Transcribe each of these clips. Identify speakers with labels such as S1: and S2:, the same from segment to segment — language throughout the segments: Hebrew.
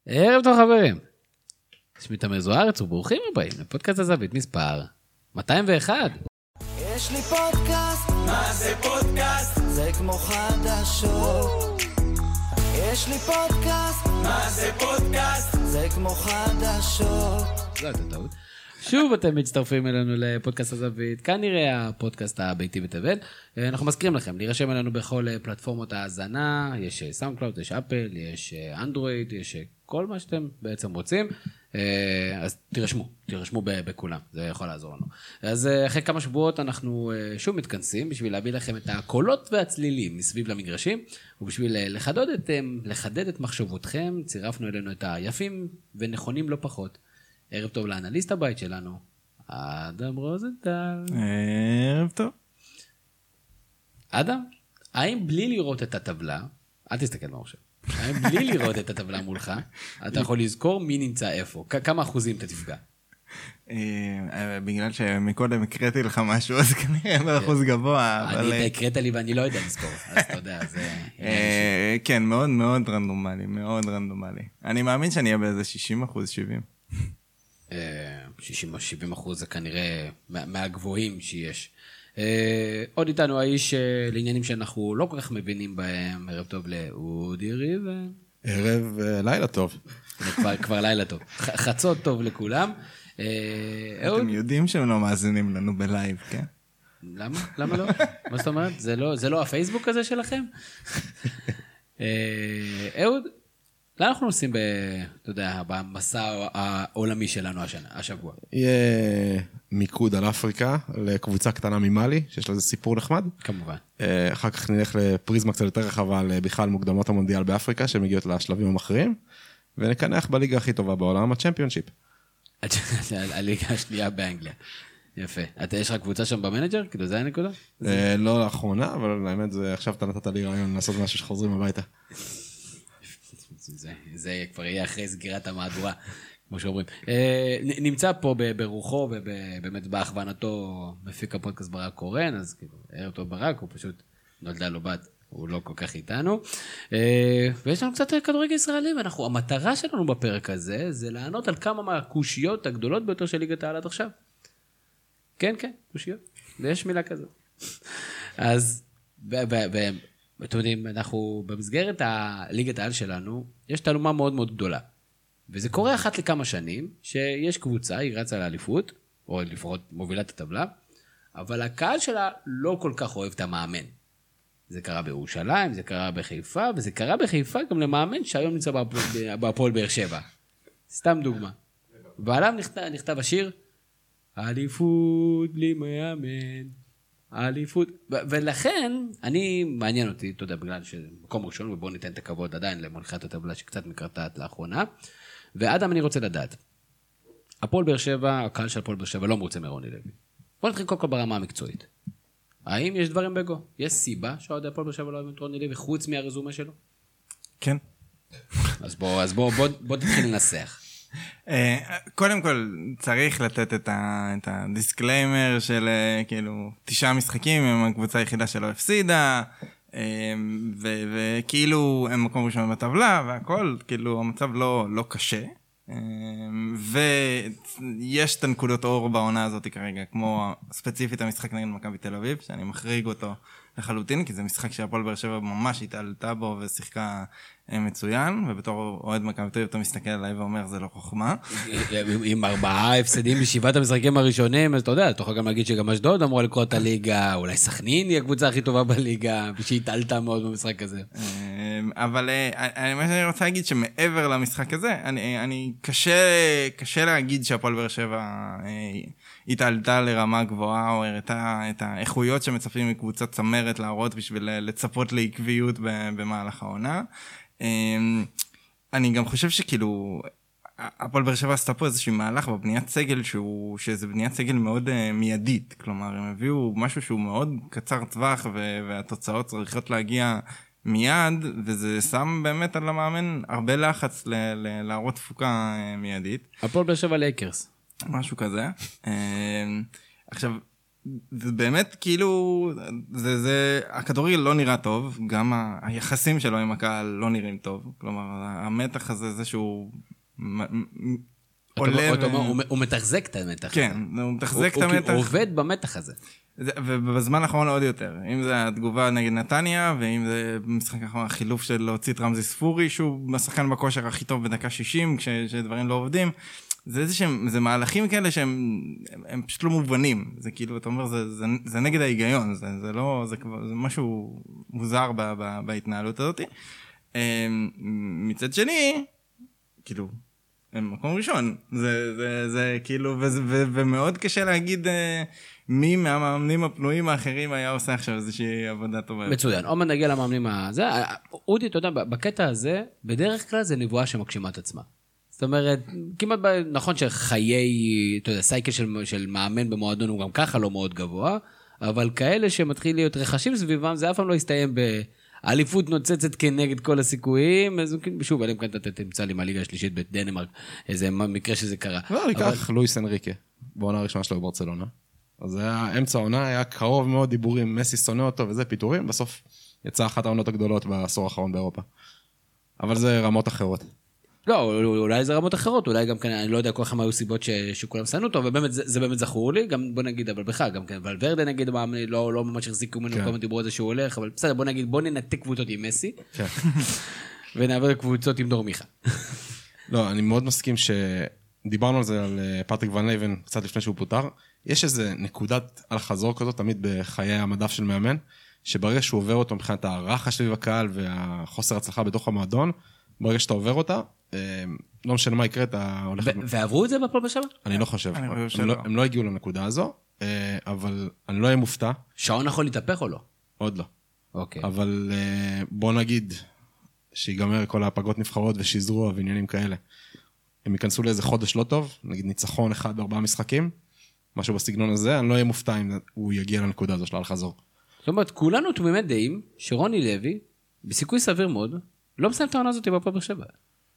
S1: ערב טוב חברים. שמי תמיר זוארץ וברוכים הבאים לפודקאסט הזווית מספר 201.
S2: יש לי פודקאסט, מה זה פודקאסט? זה כמו חדשות. יש לי פודקאסט, מה זה פודקאסט? זה כמו חדשות.
S1: זו הייתה טעות. שוב אתם מצטרפים אלינו לפודקאסט הזווית, כנראה הפודקאסט הביתי בתבל. אנחנו מזכירים לכם, להירשם אלינו בכל פלטפורמות ההאזנה, יש סאונדקלאוד, יש אפל, יש אנדרואיד, יש כל מה שאתם בעצם רוצים, אז תירשמו בכולם, זה יכול לעזור לנו. אז אחרי כמה שבועות אנחנו שוב מתכנסים, בשביל להביא לכם את הקולות והצלילים מסביב למגרשים, ובשביל לחדד את מחשבותכם, צירפנו אלינו את היפים ונכונים לא פחות. ערב טוב לאנליסט הבית שלנו, אדם רוזנטל.
S3: ערב טוב.
S1: אדם, האם בלי לראות את הטבלה, אל תסתכל במחשב, האם בלי לראות את הטבלה מולך, אתה יכול לזכור מי נמצא איפה? כמה אחוזים אתה תפגע?
S3: בגלל שמקודם הקראתי לך משהו, אז כנראה באחוז גבוה.
S1: אתה הקראת לי ואני לא יודע לזכור, אז אתה יודע, זה...
S3: כן, מאוד מאוד רנדומלי, מאוד רנדומלי. אני מאמין שאני אהיה באיזה 60%, 70.
S1: 60-70% זה כנראה מהגבוהים שיש. עוד איתנו האיש לעניינים שאנחנו לא כל כך מבינים בהם. ערב טוב לאודי ריב.
S4: ערב לילה טוב.
S1: כבר לילה טוב. חצות טוב לכולם.
S3: אתם יודעים שהם לא מאזינים לנו בלייב, כן?
S1: למה? למה לא? מה זאת אומרת? זה לא הפייסבוק הזה שלכם? אהוד, לאן אנחנו עושים אתה יודע, במסע העולמי שלנו השבוע?
S4: יהיה מיקוד על אפריקה, לקבוצה קטנה ממאלי, שיש לזה סיפור נחמד.
S1: כמובן.
S4: אחר כך נלך לפריזמה קצת יותר רחבה, בכלל מוקדמות המונדיאל באפריקה, שמגיעות לשלבים המכריעים, ונקנח בליגה הכי טובה בעולם, הצ'מפיונשיפ.
S1: הליגה השנייה באנגליה. יפה. יש לך קבוצה שם במנג'ר? כאילו זה הנקודה?
S4: לא לאחרונה, אבל האמת זה עכשיו אתה נתת לי רעיון לעשות משהו שחוזרים הביתה.
S1: זה כבר יהיה אחרי סגירת המהדורה, כמו שאומרים. נמצא פה ברוחו ובאמת בהכוונתו מפיק הפודקאסט ברק קורן, אז כאילו, ערב טוב ברק, הוא פשוט נולדה לו בת, הוא לא כל כך איתנו. ויש לנו קצת כדורגל ישראלי, המטרה שלנו בפרק הזה, זה לענות על כמה מהקושיות הגדולות ביותר של ליגת העל עד עכשיו. כן, קושיות. ויש מילה כזאת. אז, אתם יודעים, אנחנו במסגרת הליגת העל שלנו, יש תעלומה מאוד מאוד גדולה. וזה קורה אחת לכמה שנים, שיש קבוצה, היא רצה לאליפות, או לפחות מובילת הטבלה, אבל הקהל שלה לא כל כך אוהב את המאמן. זה קרה בירושלים, זה קרה בחיפה, וזה קרה בחיפה גם למאמן שהיום נמצא בהפועל באר שבע. סתם דוגמה. ועליו נכתב השיר, אליפות בלי מאמן. האליפות, ולכן אני מעניין אותי, אתה יודע, בגלל שמקום ראשון, ובואו ניתן את הכבוד עדיין למונחת הטבלה שקצת מקרטעת לאחרונה, ואדם אני רוצה לדעת, הפועל באר שבע, הקהל של הפועל באר שבע לא מרוצה מרוני לוי. בואו נתחיל קודם כל ברמה המקצועית. האם יש דברים בגו? יש סיבה שהאוהדי הפועל באר שבע לא אוהבים את רוני לוי, חוץ מהרזומה שלו?
S3: כן.
S1: אז בוא תתחיל לנסח.
S3: קודם כל צריך לתת את הדיסקליימר של כאילו 9 משחקים הם הקבוצה היחידה שלא הפסידה וכאילו הם מקום ראשון בטבלה והכל כאילו המצב לא קשה ויש את הנקודות אור בעונה הזאת כרגע כמו ספציפית המשחק נגד מכבי תל אביב שאני מחריג אותו לחלוטין כי זה משחק שהפועל באר שבע ממש התעלתה בו ושיחקה מצוין, ובתור אוהד מכבי תל אביב אתה מסתכל עליי ואומר זה לא חוכמה.
S1: עם 4 הפסדים ב7 המשחקים הראשונים, אז אתה יודע, אתה יכול גם להגיד שגם אשדוד אמרו לקרוא את הליגה, אולי סכנין היא הקבוצה הכי טובה בליגה, ושהתעלתה מאוד במשחק הזה.
S3: אבל מה שאני רוצה להגיד שמעבר למשחק הזה, אני קשה להגיד שהפועל באר שבע התעלתה לרמה גבוהה, או הראתה את האיכויות שמצפים מקבוצת צמרת להראות בשביל לצפות לעקביות במהלך העונה. אני גם חושב שכאילו הפועל באר שבע עשתה פה איזשהו מהלך בבניית סגל שזה בניית סגל מאוד מיידית, כלומר הם הביאו משהו שהוא מאוד קצר טווח והתוצאות צריכות להגיע מיד, וזה שם באמת על המאמן הרבה לחץ להראות תפוקה מיידית.
S1: הפועל באר שבע לייקרס.
S3: משהו כזה. עכשיו זה באמת כאילו, הכדורגל לא נראה טוב, גם היחסים שלו עם הקהל לא נראים טוב, כלומר, המתח הזה, זה שהוא עולה...
S1: הוא מתחזק את המתח.
S3: כן, הוא מתחזק את המתח.
S1: הוא עובד במתח הזה.
S3: ובזמן האחרון עוד יותר, אם זה התגובה נגד נתניה, ואם זה משחק האחרון החילוף של להוציא את רמזי ספורי, שהוא השחקן בכושר הכי טוב בדקה 60, כשדברים לא עובדים, זה מהלכים כאלה שהם פשוט לא מובנים, זה כאילו, אתה אומר, זה נגד ההיגיון, זה לא, זה משהו מוזר בהתנהלות הזאת. מצד שני, כאילו, הם מקום ראשון, זה כאילו, ומאוד קשה להגיד מי מהמאמנים הפנויים האחרים היה עושה עכשיו איזושהי עבודה טובה.
S1: מצוין, עוד נגיע למאמנים הזה, אודי, אתה יודע, בקטע הזה, בדרך כלל זה נבואה שמגשימה את עצמה. זאת אומרת, כמעט נכון שחיי, אתה יודע, סייקל של מאמן במועדון הוא גם ככה לא מאוד גבוה, אבל כאלה שמתחיל להיות רכשים סביבם, זה אף פעם לא יסתיים באליפות נוצצת כנגד כל הסיכויים, אז שוב, אליהם כאן אתה תמצא לי מהליגה השלישית בדנמרק, איזה מקרה שזה קרה.
S4: לא, ניקח לואיס אנריקה, בעונה הראשונה שלו בברצלונה. אז אמצע העונה היה קרוב מאוד דיבורים, מסי שונא אותו וזה פיטורים, בסוף יצאה אחת העונות הגדולות בעשור האחרון באירופה. אבל זה רמות אחרות.
S1: לא, אולי זה רמות אחרות, אולי גם כאן, אני לא יודע כל כמה היו סיבות שכולם סיינו אותו, ובאמת, זה באמת זכור לי, גם בוא נגיד, אבל בכלל, גם כן, ולוורדה נגיד, לא ממש החזיקו ממנו כל דיברו על זה שהוא הולך, אבל בסדר, בוא נגיד, בוא ננתק קבוצות עם מסי, ונעבור קבוצות עם דור מיכה.
S4: לא, אני מאוד מסכים שדיברנו על זה, על פטריק ון לייבן, קצת לפני שהוא פוטר, יש איזה נקודת על חזור כזאת, תמיד בחיי המדף של מאמן, שברגע שהוא עובר אותו מבחינת הרחש סביב הקהל והחוסר הצלחה בתוך המועדון, ברגע שאתה עובר אותה, לא משנה מה יקרה, אתה הולך...
S1: ועברו את זה בפועל באר שבע?
S4: אני לא חושב. הם לא הגיעו לנקודה הזו, אבל אני לא אהיה מופתע.
S1: שעון יכול להתהפך או לא?
S4: עוד לא.
S1: אוקיי.
S4: אבל בוא נגיד, שיגמר כל הפגות נבחרות ושיזרו ועניינים כאלה. הם ייכנסו לאיזה חודש לא טוב, נגיד ניצחון אחד ב4 משחקים, משהו בסגנון הזה, אני לא אהיה מופתע אם הוא יגיע לנקודה הזו של על חזור.
S1: זאת אומרת, כולנו תמימי דעים שרוני לוי, בסיכוי סביר מאוד, לא מסיים את העונה הזאת בפועל באר שבע.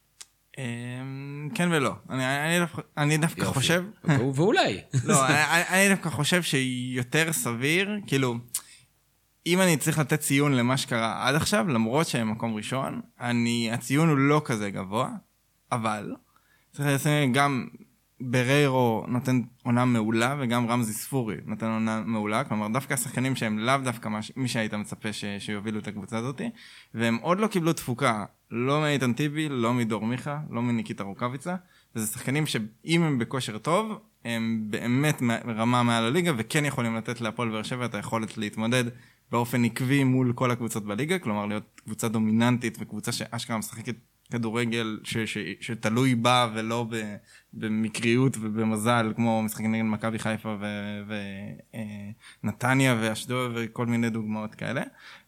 S3: כן ולא. אני דווקא חושב...
S1: ואולי.
S3: לא, אני דווקא חושב שיותר סביר, כאילו, אם אני צריך לתת ציון למה שקרה עד עכשיו, למרות שהם מקום ראשון, הציון הוא לא כזה גבוה, אבל צריך לשים גם בריירו נותן עונה מעולה, וגם רמזי ספורי נותן עונה מעולה, כלומר דווקא השחקנים שהם לאו דווקא מי שהיית מצפה שיובילו את הקבוצה הזאת, והם עוד לא קיבלו תפוקה, לא מאיתן טיבי, לא מדור מיכה, לא מניקיטה רוקביצה, וזה שחקנים שאם הם בכושר טוב, הם באמת רמה מעל הליגה, וכן יכולים לתת להפועל באר שבע את היכולת להתמודד באופן עקבי מול כל הקבוצות בליגה, כלומר להיות קבוצה דומיננטית וקבוצה שאשכרה משחקת כדורגל שתלוי בה ולא במקריות ובמזל, כמו משחקים נגד מכבי חיפה ונתניה ואשדוד וכל מיני דוגמאות כאלה.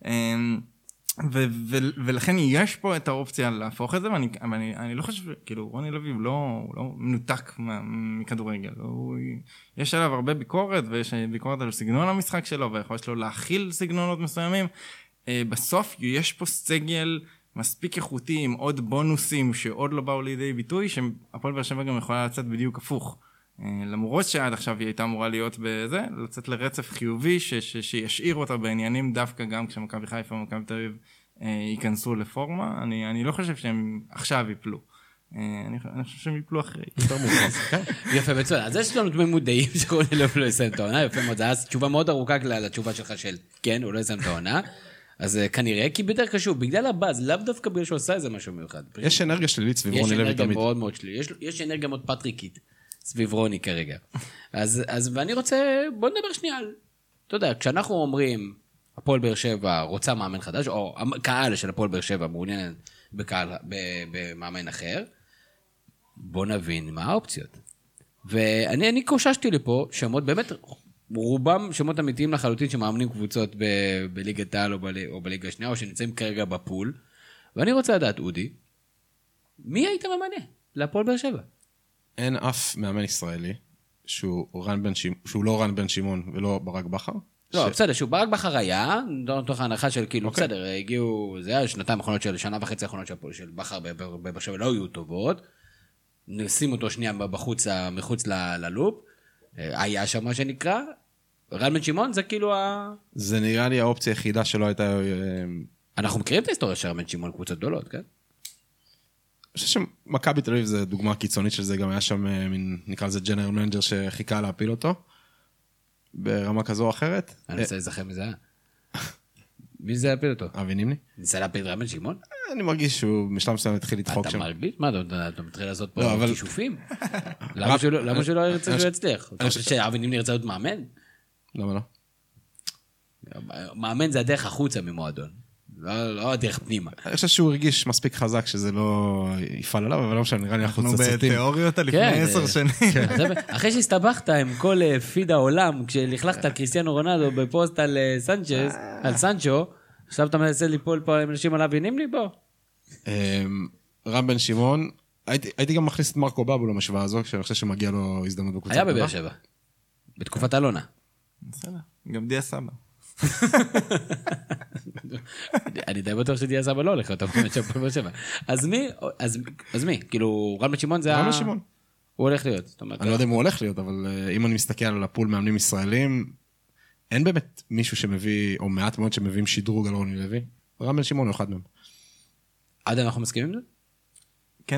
S3: ולכן יש פה את האופציה להפוך את זה, ואני לא חושב, כאילו, רוני לוי הוא לא מנותק מכדורגל. יש עליו הרבה ביקורת, ויש ביקורת על סגנון המשחק שלו, ויכול שלו להכיל סגנונות מסוימים. בסוף יש פה סגל מספיק איכותי עם עוד בונוסים שעוד לא באו לידי ביטוי, שהפועל באר שבע גם יכולה לצאת בדיוק הפוך. למרות שעד עכשיו היא הייתה אמורה להיות בזה, לצאת לרצף חיובי שישאיר אותה בעניינים דווקא גם כשמכבי חיפה ומכבי תל אביב ייכנסו לפורמה. אני לא חושב שהם עכשיו ייפלו. אני חושב שהם ייפלו אחרי.
S1: יפה, מצוין. אז יש לנו תמימות דעים שרוני לוי לא יסיים את העונה, יפה מאוד. זה היה תשובה מאוד ארוכה לתשובה שלך של כן, הוא לא יסיים את העונה. אז כנראה, כי בדרך כלל שוב, בגלל הבאז, לאו דווקא בגלל שהוא עושה איזה משהו מיוחד. יש
S4: אנרגיה שלילית סביב רוני לוי תמיד.
S1: יש אנרגיה מאוד מאוד שלילית. יש אנרגיה מאוד פטריקית סביב רוני כרגע. אז ואני רוצה, בוא נדבר שנייה על, אתה יודע, כשאנחנו אומרים, הפועל באר שבע רוצה מאמן חדש, או קהל של הפועל באר שבע מעוניין במאמן אחר, בוא נבין מה האופציות. ואני קוששתי לפה שמות באמת, רובם שמות אמיתיים לחלוטין שמאמנים קבוצות בליגת העל או בליגה השנייה, או שנמצאים כרגע בפול, ואני רוצה לדעת, אודי, מי היית ממנה להפועל באר שבע?
S4: אין אף מאמן ישראלי שהוא לא רן בן שמעון ולא ברק בכר.
S1: לא, בסדר, שהוא ברק בכר היה, תוך ההנחה של כאילו, בסדר, הגיעו, זה היה שנתיים האחרונות של, שנה וחצי האחרונות של בכר בבאר שבע לא היו טובות, נשים אותו שנייה מחוץ ללופ, היה שם מה שנקרא, רן בן שמעון זה כאילו
S4: זה נראה לי האופציה היחידה שלא הייתה...
S1: אנחנו מכירים את ההיסטוריה של רן בן שמעון קבוצות גדולות, כן?
S4: אני חושב שמכבי תל אביב זה דוגמה קיצונית של זה, גם היה שם מין, נקרא לזה ג'נרל מנג'ר שחיכה להפיל אותו, ברמה כזו או אחרת.
S1: אני רוצה לזכר מזה. מי זה להפיל אותו?
S4: אבי נימני.
S1: ניסה להפיל רן בן שמעון?
S4: אני מרגיש שהוא משלם מסוים התחיל לדחוק שם.
S1: אתה מרגיש? מה, אתה מתחיל לעשות פה כישופים? למה שלא ירצה שהוא יצליח? אתה חושב שאבי נימני ירצה להיות מאמן?
S4: למה לא?
S1: מאמן זה הדרך החוצה ממועדון. לא הדרך פנימה.
S4: אני חושב שהוא הרגיש מספיק חזק שזה לא יפעל עליו, אבל לא משנה, נראה לי החוץ
S3: אנחנו
S4: הצוטים.
S3: בתיאוריות לפני 10 שנים.
S1: אחרי שהסתבכת עם כל פיד העולם, כשלכלכת על קריסטיאנו רונלדו בפוסט על סנצ'ו, עכשיו אתה מנסה ליפול פה עם אנשים על אבי נימני? בוא.
S4: רם בן שמעון, הייתי גם מכניס את מרקו בבו למשוואה הזו, כשאני חושב שמגיע לו הזדמנות בקבוצה.
S1: היה בבאר שבע. בתקופת אלונה.
S3: בסדר, גם דיה סבא.
S1: אני די בטוח שדיה סבא לא הולך אותם בבאר שבע. אז מי? כאילו, רן בן שמעון זה
S4: רן בן שמעון.
S1: הוא הולך להיות.
S4: אני לא יודע אם הוא הולך להיות, אבל אם אני מסתכל על הפול מאמנים ישראלים, אין באמת מישהו שמביא, או מעט מאוד שמביאים שדרוג על רוני לוי. רן בן שמעון הוא אחד מהם.
S1: עד אנחנו מסכימים עם זה?
S3: כן.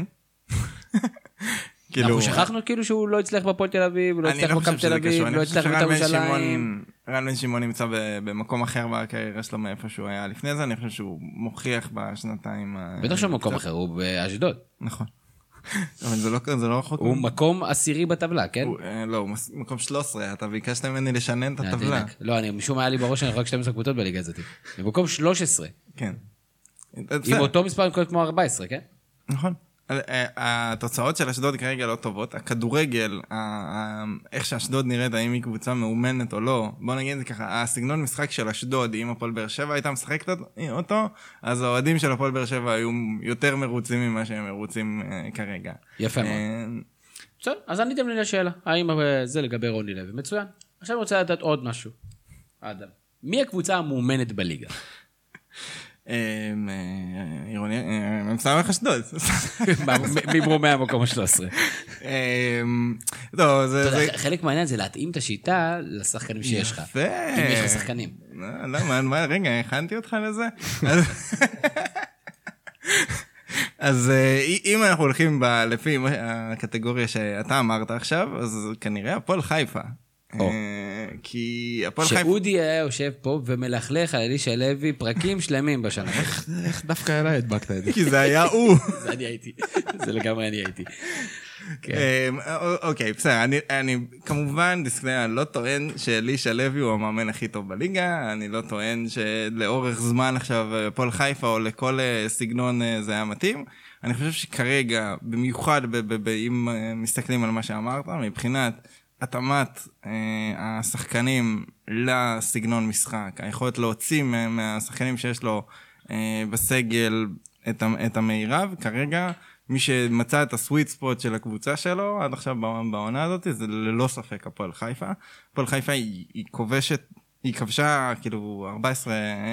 S1: אנחנו שכחנו כאילו שהוא לא הצליח בפועל תל אביב, לא הצליח במכבי תל אביב, לא הצליח בית"ר ירושלים.
S3: רן בן שמעון נמצא במקום אחר בקריירה שלו מאיפה שהוא היה לפני זה, אני חושב שהוא מוכיח בשנתיים...
S1: בטח שהוא מקום אחר, הוא באשדוד.
S3: נכון. אבל זה לא רחוק.
S1: הוא מקום עשירי בטבלה, כן?
S3: לא, הוא מקום 13, אתה ביקשת ממני לשנן את הטבלה.
S1: לא, משום היה לי בראש שאני רק 12 קבוצות בליגה הזאת. במקום 13.
S3: כן.
S1: עם אותו מספר כמו 14, כן?
S3: נכון. התוצאות של אשדוד כרגע לא טובות, הכדורגל, איך שאשדוד נראית, האם היא קבוצה מאומנת או לא, בוא נגיד את זה ככה, הסגנון משחק של אשדוד, אם הפועל באר שבע הייתה משחקת אותו, אז האוהדים של הפועל באר שבע היו יותר מרוצים ממה שהם מרוצים כרגע.
S1: יפה מאוד. בסדר, אז אני אתם לי לשאלה, האם זה לגבי רוני לוי? מצוין. עכשיו אני רוצה לדעת עוד משהו. אדם, מי הקבוצה המאומנת בליגה?
S3: עירוני, ממסמך אשדוד.
S1: מברומי המקום ה-13. חלק מהעניין זה להתאים את השיטה לשחקנים שיש לך.
S3: יפה.
S1: אם יש לך שחקנים.
S3: למה, רגע, הכנתי אותך לזה? אז אם אנחנו הולכים לפי הקטגוריה שאתה אמרת עכשיו, אז כנראה הפועל חיפה. כי הפועל חיפה...
S1: שאודי היה יושב פה ומלכלך על אלישע לוי פרקים שלמים בשנה.
S4: איך דווקא אליי הדבקת את זה?
S3: כי זה היה הוא.
S1: זה אני הייתי. זה לגמרי אני הייתי.
S3: אוקיי, בסדר. אני כמובן, דיסקלר, לא טוען שאלישע לוי הוא המאמן הכי טוב בליגה. אני לא טוען שלאורך זמן עכשיו הפועל חיפה או לכל סגנון זה היה מתאים. אני חושב שכרגע, במיוחד אם מסתכלים על מה שאמרת, מבחינת התאמת השחקנים לסגנון משחק, היכולת להוציא מהשחקנים שיש לו בסגל את המעירב, כרגע מי שמצא את הסוויט ספוט של הקבוצה שלו עד עכשיו בעונה הזאת, זה ללא ספק הפועל חיפה. הפועל חיפה היא כבשה כאילו 14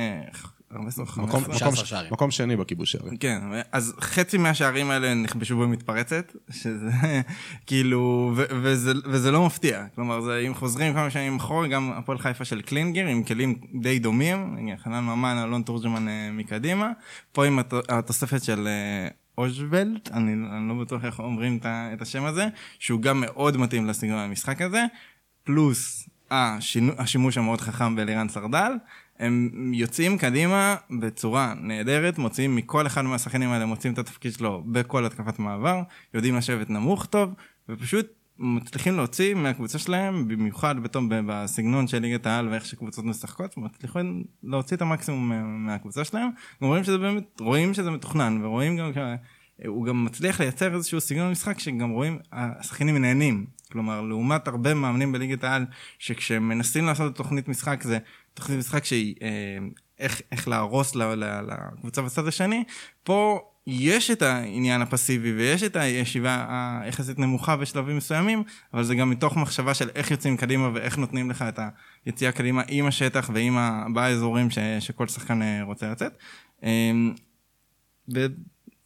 S4: מקום שני בכיבוש שערים.
S3: כן, אז חצי מהשערים האלה נכבשו במתפרצת, שזה כאילו, וזה לא מפתיע. כלומר, אם חוזרים כמה שנים אחורה, גם הפועל חיפה של קלינגר, עם כלים די דומים, חנן ממן, אלון תורג'מן מקדימה, פה עם התוספת של אוז'וולט, אני לא בטוח איך אומרים את השם הזה, שהוא גם מאוד מתאים לסגנון המשחק הזה, פלוס השימוש המאוד חכם בלירן סרדל, הם יוצאים קדימה בצורה נהדרת, מוצאים מכל אחד מהשחקנים האלה, מוצאים את התפקיד שלו בכל התקפת מעבר, יודעים לשבת נמוך טוב, ופשוט מצליחים להוציא מהקבוצה שלהם, במיוחד בסגנון של ליגת העל ואיך שקבוצות משחקות, מצליחים להוציא את המקסימום מהקבוצה שלהם, רואים שזה מתוכנן, ורואים גם הוא גם מצליח לייצר איזשהו סגנון משחק שגם רואים, השחקנים נהנים. כלומר, לעומת הרבה מאמנים בליגת העל, שכשהם מנסים לעשות את תוכנית משחק, זה תוכנית משחק שהיא איך להרוס לקבוצה בצד השני, פה יש את העניין הפסיבי, ויש את הישיבה היחסית נמוכה בשלבים מסוימים, אבל זה גם מתוך מחשבה של איך יוצאים קדימה, ואיך נותנים לך את היציאה קדימה עם השטח, ועם באזורים שכל שחקן רוצה לצאת. וזהו,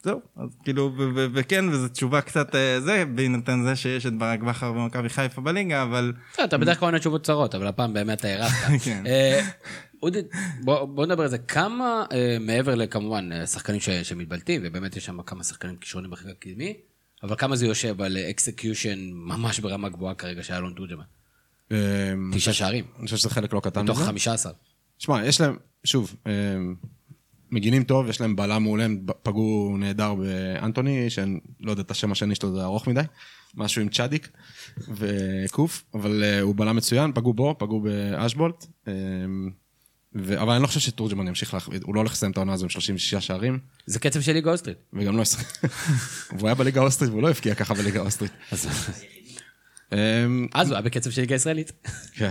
S3: זהו, אז כאילו, וכן, וזו תשובה קצת זה, בהינתן זה שיש את ברק בכר ומכבי חיפה בליגה, אבל...
S1: אתה בדרך כלל עונה תשובות צרות, אבל הפעם באמת הערכת. אודי, בוא נדבר על זה, כמה מעבר לכמובן שחקנים שמתבלטים, ובאמת יש שם כמה שחקנים כישרונים בחלק הקדמי, אבל כמה זה יושב על אקסקיושן ממש ברמה גבוהה כרגע של אלון תורג'מן? 9 שערים.
S4: אני חושב שזה חלק לא קטן מזה.
S1: מתוך 15.
S4: שמע, יש להם, שוב, מגינים טוב, יש להם בעלה מעולה, הם פגעו נהדר באנטוני, שאני לא יודע את השם השני שלו, זה ארוך מדי, משהו עם צ'אדיק וקוף, אבל הוא בעלה מצוין, פגעו בו, פגעו באשבולט, אבל אני לא חושב שתורג'מן ימשיך להחביד, הוא לא הולך לסיים את העונה הזו עם 36 שערים.
S1: זה קצב של ליגה אוסטרית.
S4: וגם לא... והוא היה בליגה האוסטרית, והוא לא הפקיע ככה בליגה האוסטרית.
S1: אז הוא היה בקצב של ליגה ישראלית.
S4: כן.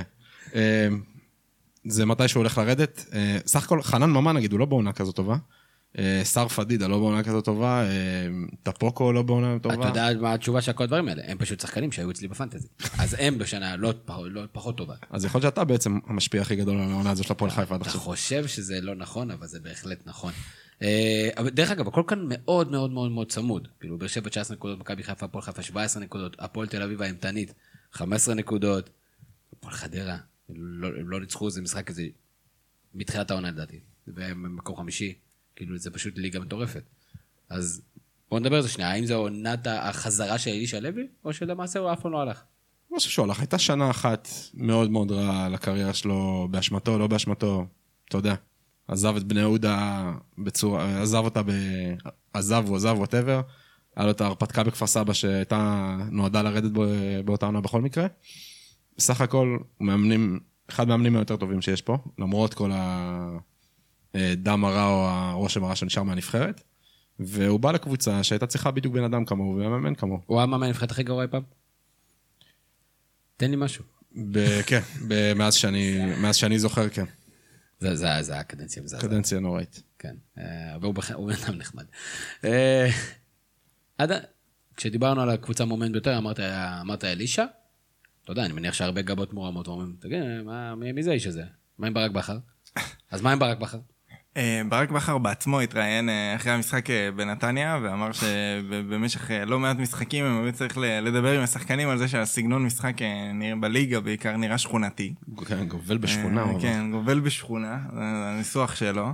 S4: זה מתי שהוא הולך לרדת. סך הכל, חנן ממן, נגיד, הוא לא בעונה כזו טובה. שר פדידה לא בעונה כזו טובה. טפוקו לא בעונה טובה.
S1: אתה יודע מה התשובה של כל הדברים האלה? הם פשוט שחקנים שהיו אצלי בפנטזי. אז הם בשנה לא פחות טובה.
S4: אז יכול להיות שאתה בעצם המשפיע הכי גדול על העונה הזו של הפועל חיפה.
S1: אתה חושב שזה לא נכון, אבל זה בהחלט נכון. אבל דרך אגב, הכל כאן מאוד מאוד מאוד מאוד צמוד. כאילו, באר שבע 19 נקודות, מכבי חיפה, הפועל חיפה 17 נקודות, הפועל תל אביב האימתנית 15 נקודות, הפועל חדרה, הם לא ניצחו, זה משחק כזה מתחילת העונה לדעתי, ובמקום חמישי, כאילו זה פשוט ליגה מטורפת. אז בואו נדבר על זה שנייה, האם זה עונת החזרה של אלישע לוי, או שלמעשה הוא אף פעם לא הלך?
S4: לא חושב שהוא הלך, הייתה שנה אחת מאוד מאוד רעה לקריירה שלו, באשמתו, לא באשמתו, אתה יודע. עזב את בני יהודה בצורה, עזב אותה עזב, whatever. היה לו את ההרפתקה בכפר סבא שהייתה נועדה לרדת באותה עונה בכל מקרה. בסך הכל, אחד מהמאמנים היותר טובים שיש פה, למרות כל הדם הרע או הרושם הרע שנשאר מהנבחרת. והוא בא לקבוצה שהייתה צריכה בדיוק בן אדם כמוהו, והמאמן כמוהו.
S1: הוא המאמן הנבחרת הכי גרוע פעם? תן לי משהו.
S4: כן, מאז שאני זוכר, כן.
S1: זה הקדנציה.
S4: קדנציה נוראית.
S1: כן, אבל הוא אדם נחמד. כשדיברנו על הקבוצה המומנט ביותר, אמרת אלישע, אתה יודע, אני מניח שהרבה גבות מורמות, ואומרים, תגיד, מי זה האיש הזה? מה עם ברק בכר? אז מה עם ברק בכר?
S3: ברק בכר בעצמו התראיין אחרי המשחק בנתניה, ואמר שבמשך לא מעט משחקים הם באמת צריך לדבר עם השחקנים על זה שהסגנון משחק בליגה בעיקר נראה שכונתי.
S4: גובל בשכונה.
S3: כן, גובל בשכונה, זה הניסוח שלו.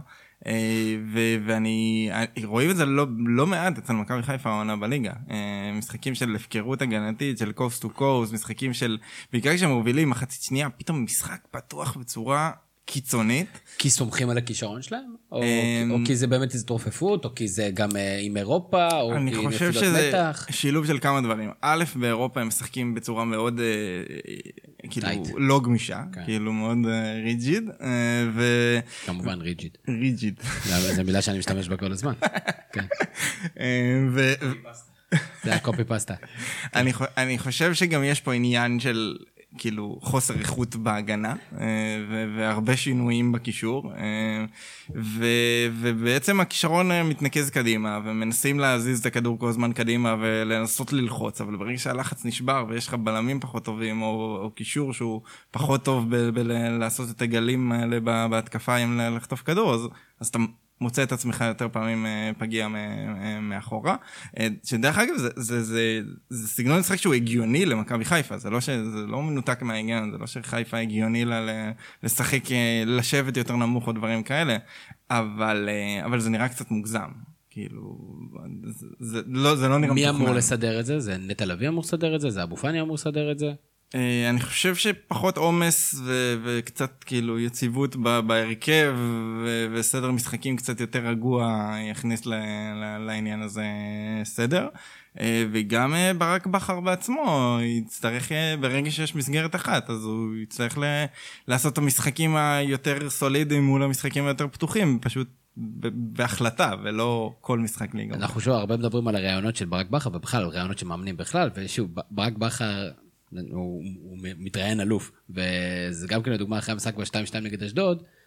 S3: ואני רואים את זה לא מעט אצל מכבי חיפה העונה בליגה. משחקים של הפקרות הגנתית, של קוסט טו קוסט, משחקים של, בעיקר כשהם מובילים מחצית שנייה, פתאום משחק פתוח בצורה קיצונית.
S1: כי סומכים על הכישרון שלהם? או כי זה באמת התרופפות, או כי זה גם עם אירופה, או כי
S3: אני חושב שזה שילוב של כמה דברים. א', באירופה הם משחקים בצורה מאוד, כאילו, לא גמישה, כאילו מאוד ריג'יד.
S1: כמובן ריג'יד.
S3: ריג'יד.
S1: זו מילה שאני משתמש בה כל הזמן. זה הקופי פסטה.
S3: אני חושב שגם יש פה עניין של כאילו חוסר איכות בהגנה, והרבה שינויים בקישור, ובעצם הכישרון מתנקז קדימה, ומנסים להזיז את הכדור כל הזמן קדימה, ולנסות ללחוץ, אבל ברגע שהלחץ נשבר, ויש לך בלמים פחות טובים, או קישור שהוא פחות טוב לעשות את הגלים האלה בהתקפה, אם לחטוף כדור, אז אתה מוצא את עצמך יותר פעמים פגיע מאחורה. שדרך אגב, זה סגנון משחק שהוא הגיוני למכבי חיפה, זה לא מנותק מהעניין, זה לא שחיפה הגיוני לשחק, לשבת יותר נמוך או דברים כאלה, אבל זה נראה קצת מוגזם. כאילו, זה לא נראה מתוכנן.
S1: מי אמור לסדר את זה? זה נטע לביא אמור לסדר את זה? זה אבו פאני אמור לסדר את זה?
S3: אני חושב שפחות עומס וקצת כאילו יציבות בהרכב וסדר משחקים קצת יותר רגוע יכניס לעניין הזה סדר. וגם ברק בכר בעצמו יצטרך, ברגע שיש מסגרת אחת, אז הוא יצטרך לעשות את המשחקים היותר סולידיים מול המשחקים היותר פתוחים, פשוט בהחלטה, ולא כל משחק ליגה.
S1: אנחנו שוב, הרבה מדברים על הרעיונות של ברק בכר, ובכלל, רעיונות שמאמנים בכלל, ושוב, ברק בכר הוא מתראיין אלוף, וזה גם כן לדוגמה אחרי המשחק ב-2-2 נגד אשדוד,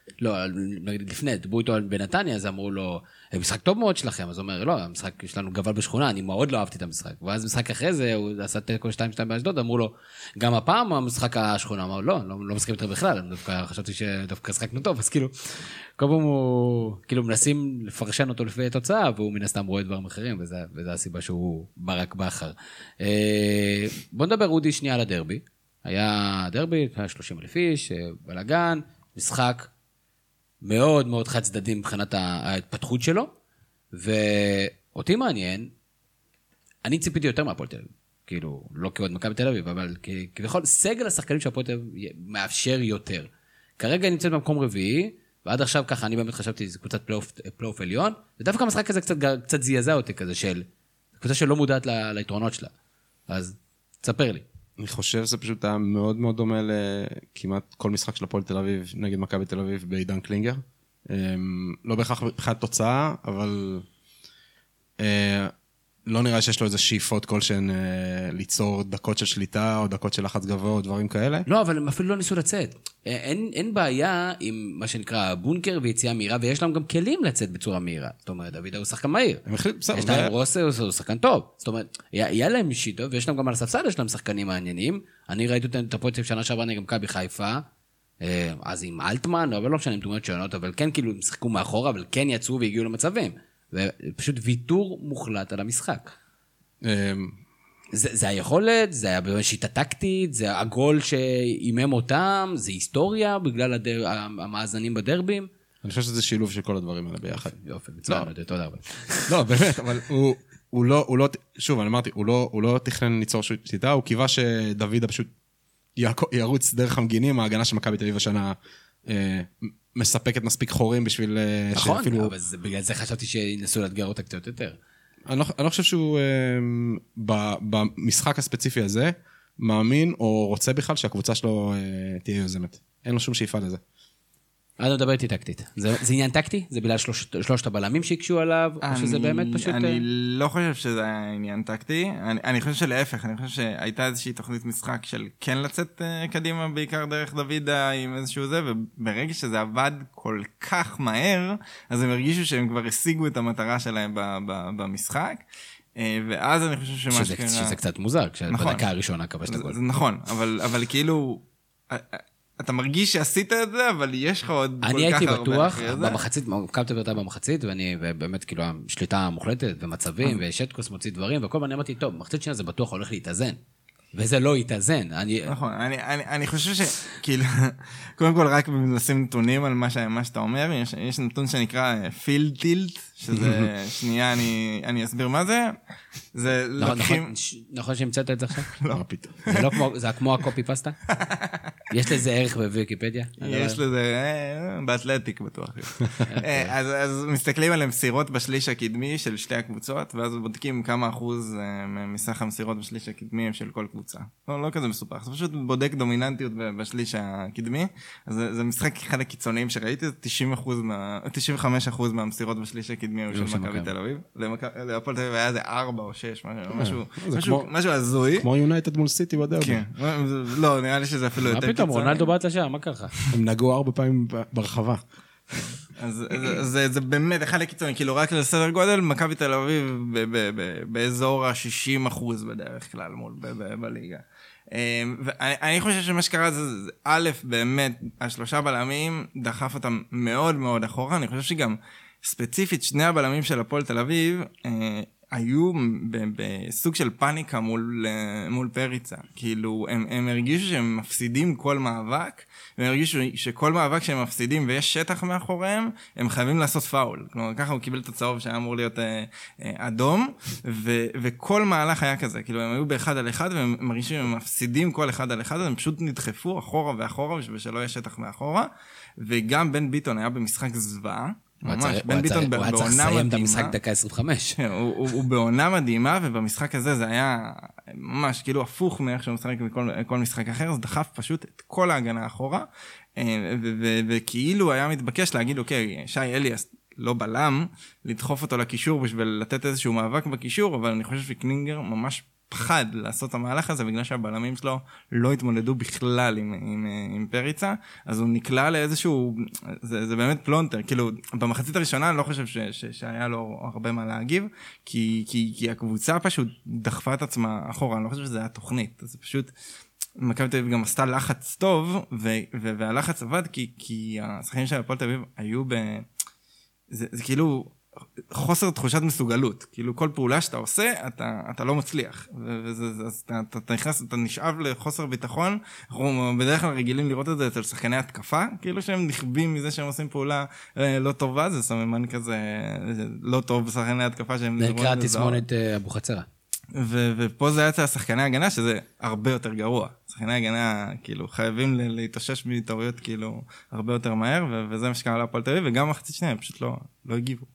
S1: לא, לפני, דיברו איתו בנתניה, אז אמרו לו, משחק טוב מאוד שלכם, אז הוא אומר, לא, המשחק שלנו גבל בשכונה, אני מאוד לא אהבתי את המשחק. ואז משחק אחרי זה, הוא עשה תיקו 2-2 באשדוד, אמרו לו, גם הפעם המשחק השכונה, אמרו, לא מסכים יותר בכלל, חשבתי שדווקא שחקנו טוב, אז כאילו, כל פעם הוא, כאילו, מנסים לפרשן אותו לפי התוצאה, והוא מן הסתם רואה דברים אחרים, וזה הסיבה שהוא ברק בחר. בוא נדבר, רודי, שנייה על הדרבי. היה דרבי, היה 30,000 איש, בלגן, משחק מאוד מאוד חד צדדי מבחינת ההתפתחות שלו, ואותי מעניין, אני ציפיתי יותר מהפועל תל אביב, כאילו, לא כעוד מכבי תל אביב, אבל כביכול, סגל השחקנים של הפועל תל אביב מאפשר יותר. כרגע נמצאת במקום רביעי, ועד עכשיו ככה, אני באמת חשבתי, זה קבוצת פלייאוף עליון, ודווקא המשחק הזה קצת זעזע אותי כזה, קבוצה שלא מודעת ליתרונות שלה. אז תספר לי.
S4: אני חושב שזה פשוט היה מאוד מאוד דומה לכמעט כל משחק של הפועל תל אביב נגד מכבי תל אביב בעידן קלינגר. לא בהכרח מבחינת תוצאה, אבל לא נראה שיש לו איזה שאיפות כלשהן ליצור דקות של שליטה או דקות של לחץ גבוה או דברים כאלה.
S1: לא, אבל הם אפילו לא ניסו לצאת. אין בעיה עם מה שנקרא בונקר ויציאה מהירה, ויש להם גם כלים לצאת בצורה מהירה. זאת אומרת, דוד הוא שחקן מהיר. יש להם רוסה, הוא שחקן טוב. זאת אומרת, היה להם שיטו, ויש להם גם על הספסל, יש להם שחקנים מעניינים. אני ראיתי את הפועל שנה שעברה נגד מכבי חיפה, אז עם אלטמן, אבל לא משנה עם דמויות שונות, אבל כן כאילו הם שיחקו מאחורה, אבל כן יצאו והגיעו למצבים. ופשוט ויתור מוחלט על המשחק. זה היכולת, זה היה בשיטה טקטית, זה הגול שאימם אותם, זה היסטוריה בגלל המאזנים בדרבים.
S4: אני חושב שזה שילוב של כל הדברים האלה ביחד.
S1: יופי, מצוין, תודה רבה.
S4: לא, באמת, אבל הוא לא, שוב, אני אמרתי, הוא לא תכנן ליצור שיטה, הוא קיווה שדוד פשוט ירוץ דרך המגינים, ההגנה של מכבי תל אביב השנה מספקת מספיק חורים בשביל
S1: נכון, אבל בגלל זה חשבתי שינסו לאתגר אותה קצת יותר.
S4: אני לא חושב שהוא במשחק הספציפי הזה מאמין או רוצה בכלל שהקבוצה שלו תהיה יוזמת. אין לו שום שאיפה לזה.
S1: אני מדבר איתי טקטית. זה עניין טקטי? זה בגלל שלושת הבלמים שהקשו עליו? או שזה באמת פשוט...
S3: אני לא חושב שזה היה עניין טקטי. אני חושב שלהפך, אני חושב שהייתה איזושהי תוכנית משחק של כן לצאת קדימה, בעיקר דרך דוידה עם איזשהו זה, וברגע שזה עבד כל כך מהר, אז הם הרגישו שהם כבר השיגו את המטרה שלהם במשחק. ואז אני חושב שמה שקרה...
S1: שזה קצת מוזר, כשבדקה הראשונה כבשת הגול.
S3: זה נכון, אבל כאילו... אתה מרגיש שעשית את זה, אבל יש לך עוד כל כך הרבה.
S1: אני הייתי בטוח, במחצית, קמתי ואתה במחצית, ואני באמת כאילו שליטה מוחלטת ומצבים, ושטקוס מוציא דברים, וכל פעם אני אמרתי, טוב, מחצית שנייה זה בטוח הולך להתאזן. וזה לא יתאזן.
S3: נכון, אני חושב שכאילו, קודם כל רק לשים נתונים על מה שאתה אומר, יש נתון שנקרא פילד טילט, שזה שנייה אני אסביר מה זה. זה
S1: נכון שהמצאת את זה עכשיו?
S3: לא.
S1: זה כמו הקופי פסטה? יש לזה ערך בוויקיפדיה?
S3: יש לזה, באתלטיק בטוח. אז מסתכלים על המסירות בשליש הקדמי של שתי הקבוצות, ואז בודקים כמה אחוז מסך המסירות בשליש הקדמי של כל קבוצה. לא כזה מסופח, זה פשוט בודק דומיננטיות בשליש הקדמי, אז זה משחק אחד הקיצוניים שראיתי, 95% מהמסירות בשליש הקדמי הוא של מכבי תל אביב. להפועל תל אביב היה זה 4 או 6, משהו הזוי.
S4: כמו יונייטד מול סיטי בדרבי.
S3: כן, לא, נראה לי שזה אפילו יותר קיצוני.
S1: מה פתאום, רונלדו בעט לשם, מה ככה?
S4: הם נגעו 4 פעמים ברחבה.
S3: אז זה באמת אחד הקיצוני, כאילו רק לסדר גודל, מכבי תל אביב באזור ה-60% בדרך כלל מול בליגה. ואני חושב שמה שקרה זה, א', באמת, השלושה בלמים דחף אותם מאוד מאוד אחורה, אני חושב שגם ספציפית שני הבלמים של הפועל תל אביב, היו בסוג של פאניקה מול פריצה. כאילו, הם הרגישו שהם מפסידים כל מאבק, והם הרגישו שכל מאבק שהם מפסידים ויש שטח מאחוריהם, הם חייבים לעשות פאול. כלומר, ככה הוא קיבל את הצהוב שהיה אמור להיות אדום, וכל מהלך היה כזה. כאילו, הם היו באחד על אחד, והם מרגישו שהם מפסידים כל אחד על אחד, הם פשוט נדחפו אחורה ואחורה, ושלא יהיה שטח מאחורה. וגם בן ביטון היה במשחק זוועה, ממש, בן ביטון בעונה מדהימה. הוא היה צריך לסיים את המשחק דקה 25. הוא בעונה מדהימה, ובמשחק הזה זה היה ממש כאילו הפוך מאיך שהוא משחק בכל משחק אחר, אז דחף פשוט את כל ההגנה אחורה, וכאילו היה מתבקש להגיד, אוקיי, שי אליאס לא בלם, לדחוף אותו לקישור בשביל לתת איזשהו מאבק בקישור, אבל אני חושב שקלינגר ממש פחד לעשות את המהלך הזה, בגלל שהבלמים שלו לא התמודדו בכלל עם פריצה, אז הוא נקלע לאיזשהו, זה באמת פלונטר, כאילו, במחצית הראשונה אני לא חושב שהיה לו הרבה מה להגיב, כי הקבוצה פשוט דחפה את עצמה אחורה, אני לא חושב שזה היה תוכנית, זה פשוט, מכבי תל אביב גם עשתה לחץ טוב, והלחץ עבד, כי השחקנים של הפועל תל אביב היו זה כאילו חוסר תחושת מסוגלות, כאילו כל פעולה שאתה עושה, אתה לא מצליח, אז אתה נכנס, אתה נשאב לחוסר ביטחון, אנחנו בדרך כלל רגילים לראות את זה אצל שחקני התקפה, כאילו שהם נכבים מזה שהם עושים פעולה לא טובה, זה סממן כזה לא טוב בשחקני התקפה שהם...
S1: זה נקרא תסמונת אבוחצירא.
S3: ופה זה היה אצל שחקני הגנה, שזה הרבה יותר גרוע. שחקני הגנה, כאילו, חייבים להתאושש מטעויות, כאילו, הרבה יותר מהר, וזה מה שקרה להפועל תל אביב, וגם מחצית שנייה, הם פשוט לא הגיבו.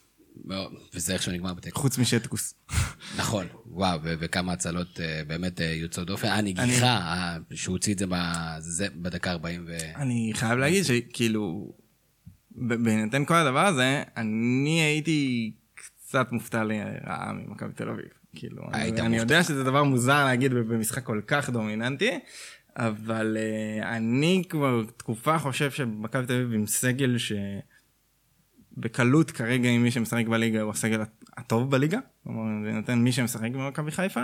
S1: וזה איך שנגמר בתיקו.
S3: חוץ משטקוס.
S1: נכון, וואו, וכמה הצלות באמת יוצאות דופן. נגיחה, שהוא הוציא את זה בדקה 40.
S3: אני חייב להגיד שכאילו, בהינתן כל הדבר הזה, אני הייתי קצת מופתע לרעה ממכבי תל אביב. כאילו, אני יודע שזה דבר מוזר להגיד במשחק כל כך דומיננטי, אבל אני כבר תקופה חושב שמכבי תל אביב עם סגל שבקלות כרגע עם מי שמשחק בליגה הוא הסגל הטוב בליגה, כלומר זה נותן מי שמשחק במכבי חיפה,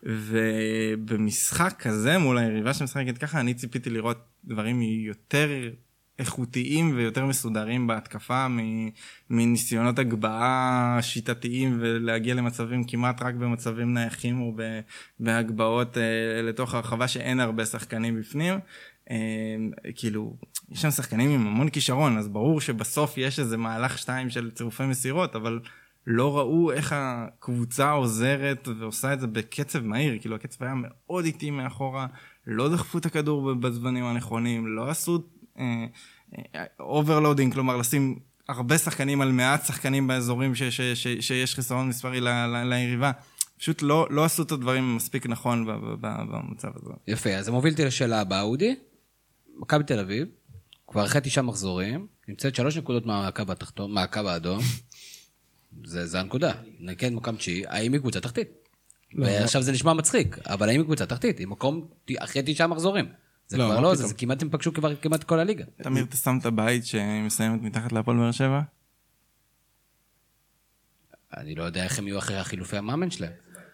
S3: ובמשחק כזה מול היריבה שמשחקת ככה, אני ציפיתי לראות דברים יותר איכותיים ויותר מסודרים בהתקפה מניסיונות הגבהה שיטתיים ולהגיע למצבים כמעט רק במצבים נייחים או בהגבהות לתוך הרחבה שאין הרבה שחקנים בפנים. כאילו, יש שם שחקנים עם המון כישרון, אז ברור שבסוף יש איזה מהלך 2 של צירופי מסירות, אבל לא ראו איך הקבוצה עוזרת ועושה את זה בקצב מהיר, כאילו הקצב היה מאוד איטי מאחורה, לא דחפו את הכדור בזמנים הנכונים, לא עשו אוברלודינג, כלומר לשים הרבה שחקנים על מעט שחקנים באזורים שיש חיסרון מספרי ליריבה. פשוט לא עשו את הדברים מספיק נכון במצב הזה.
S1: יפה, אז זה מוביל אותי לשאלה הבאה, אודי. מכבי תל אביב, כבר אחרי 9 מחזורים, נמצאת 3 נקודות מהקו האדום. זה הנקודה. נקד מקום 9, האם היא קבוצה תחתית? ועכשיו זה נשמע מצחיק, אבל האם היא קבוצה תחתית? היא מקום אחרי 9 מחזורים. זה כבר לא, זה כמעט הם פגשו כמעט כל הליגה.
S3: תמיר, אתה שם את הבית שמסיימת מתחת להפועל באר שבע?
S1: אני לא יודע איך הם יהיו אחרי החילופי המאמן שלהם.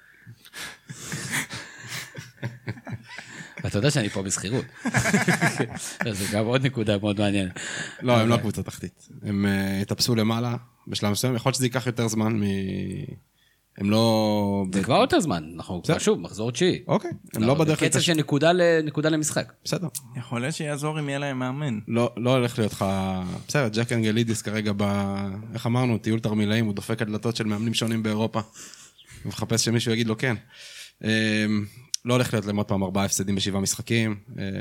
S1: ואתה יודע שאני פה בסחירות. זה גם עוד נקודה מאוד מעניינת.
S4: לא, הם לא קבוצה תחתית. הם התאפסו למעלה בשלב מסוים. יכול להיות שזה ייקח יותר זמן הם לא...
S1: זה כבר יותר זמן, אנחנו כבר שוב, מחזור 9.
S4: אוקיי, הם לא בדרך...
S1: קצב של נקודה למשחק.
S4: בסדר.
S3: יכול להיות שיעזור אם יהיה להם מאמן.
S4: לא הולך להיות לך... בסדר, ג'ק אנגלידיס כרגע איך אמרנו, טיול תרמילאים, הוא דופק הדלתות של מאמנים שונים באירופה. הוא מחפש שמישהו יגיד לו כן. לא הולך להיות להם עוד פעם 4 הפסדים ב7 משחקים.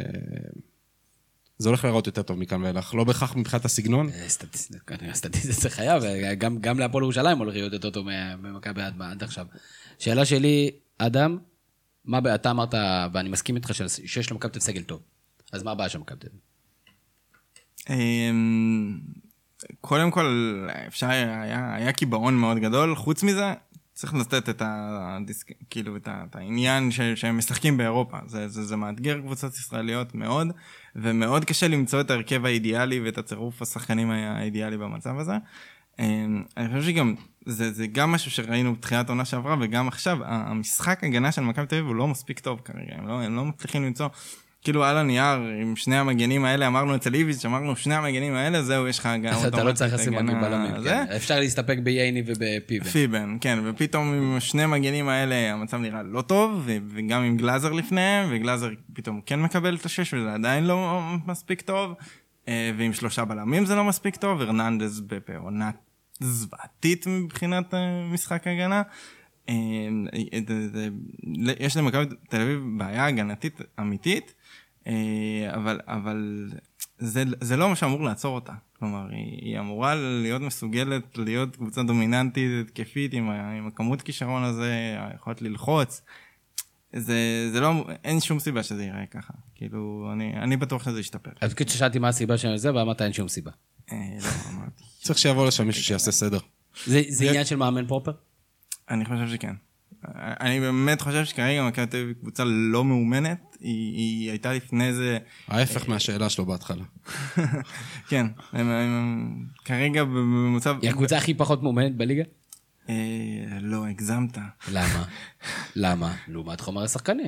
S4: זה הולך לראות יותר טוב מכאן ואילך. לא בכך מבחינת הסגנון.
S1: סטטיסטית זה חייב, גם להפועל ירושלים הולך להיות יותר טוב ממכבי עד עכשיו. שאלה שלי, אדם, אתה אמרת, ואני מסכים איתך שיש למכבי תל אביב סגל טוב. אז מה הבעיה של מכבי תל אביב?
S3: קודם כל, היה קיבעון מאוד גדול. חוץ מזה, צריך לתת את העניין שהם משחקים באירופה. זה מאתגר קבוצות ישראליות מאוד, ומאוד קשה למצוא את הרכב האידיאלי ואת הצירוף השחקנים האידיאלי במצב הזה. אני חושב שגם, זה גם משהו שראינו בתחילת העונה שעברה, וגם עכשיו, המשחק הגנה של מכבי תל אביב הוא לא מספיק טוב כרגע. הם לא מצליחים למצוא, כאילו על הנייר, עם שני המגנים האלה, אמרנו אצל איביץ', אמרנו שני המגנים האלה, זהו, יש לך גם...
S1: אתה לא צריך לשים מגנים בלמים, כן. אפשר להסתפק בייני ובפיבן.
S3: פיבן, כן, ופתאום עם שני המגנים האלה, המצב נראה לא טוב, וגם עם גלאזר לפניהם, וגלאזר פתאום כן מקבל את 6, וזה עדיין לא מספיק טוב, ועם 3 בלמים זה לא מספיק טוב, הרננדז בפעונה זוועתית מבחינת משחק הגנה, יש למכבי תל אביב בעיה הגנתית אמיתית, אבל זה לא מה שאמור לעצור אותה. כלומר, היא אמורה להיות מסוגלת, להיות קבוצה דומיננטית, התקפית, עם הכמות כישרון הזה, יכולת ללחוץ. זה לא, אין שום סיבה שזה ייראה ככה. כאילו, אני בטוח שזה ישתפר.
S1: אז כששאלתי מה הסיבה של זה, ואמרת אין שום סיבה.
S3: לא, אמרתי.
S4: צריך שיבוא לשם מישהו שיעשה סדר.
S1: זה עניין של מאמן פרופר?
S3: אני חושב שכן. אני באמת חושב שכרגע מכבי תל אביב היא קבוצה לא מאומנת, היא הייתה לפני זה...
S4: ההפך מהשאלה שלו בהתחלה.
S3: כן, כרגע במצב...
S1: היא הקבוצה הכי פחות מאומנת בליגה?
S3: לא, הגזמת.
S1: למה? למה? לעומת חומר השחקנים,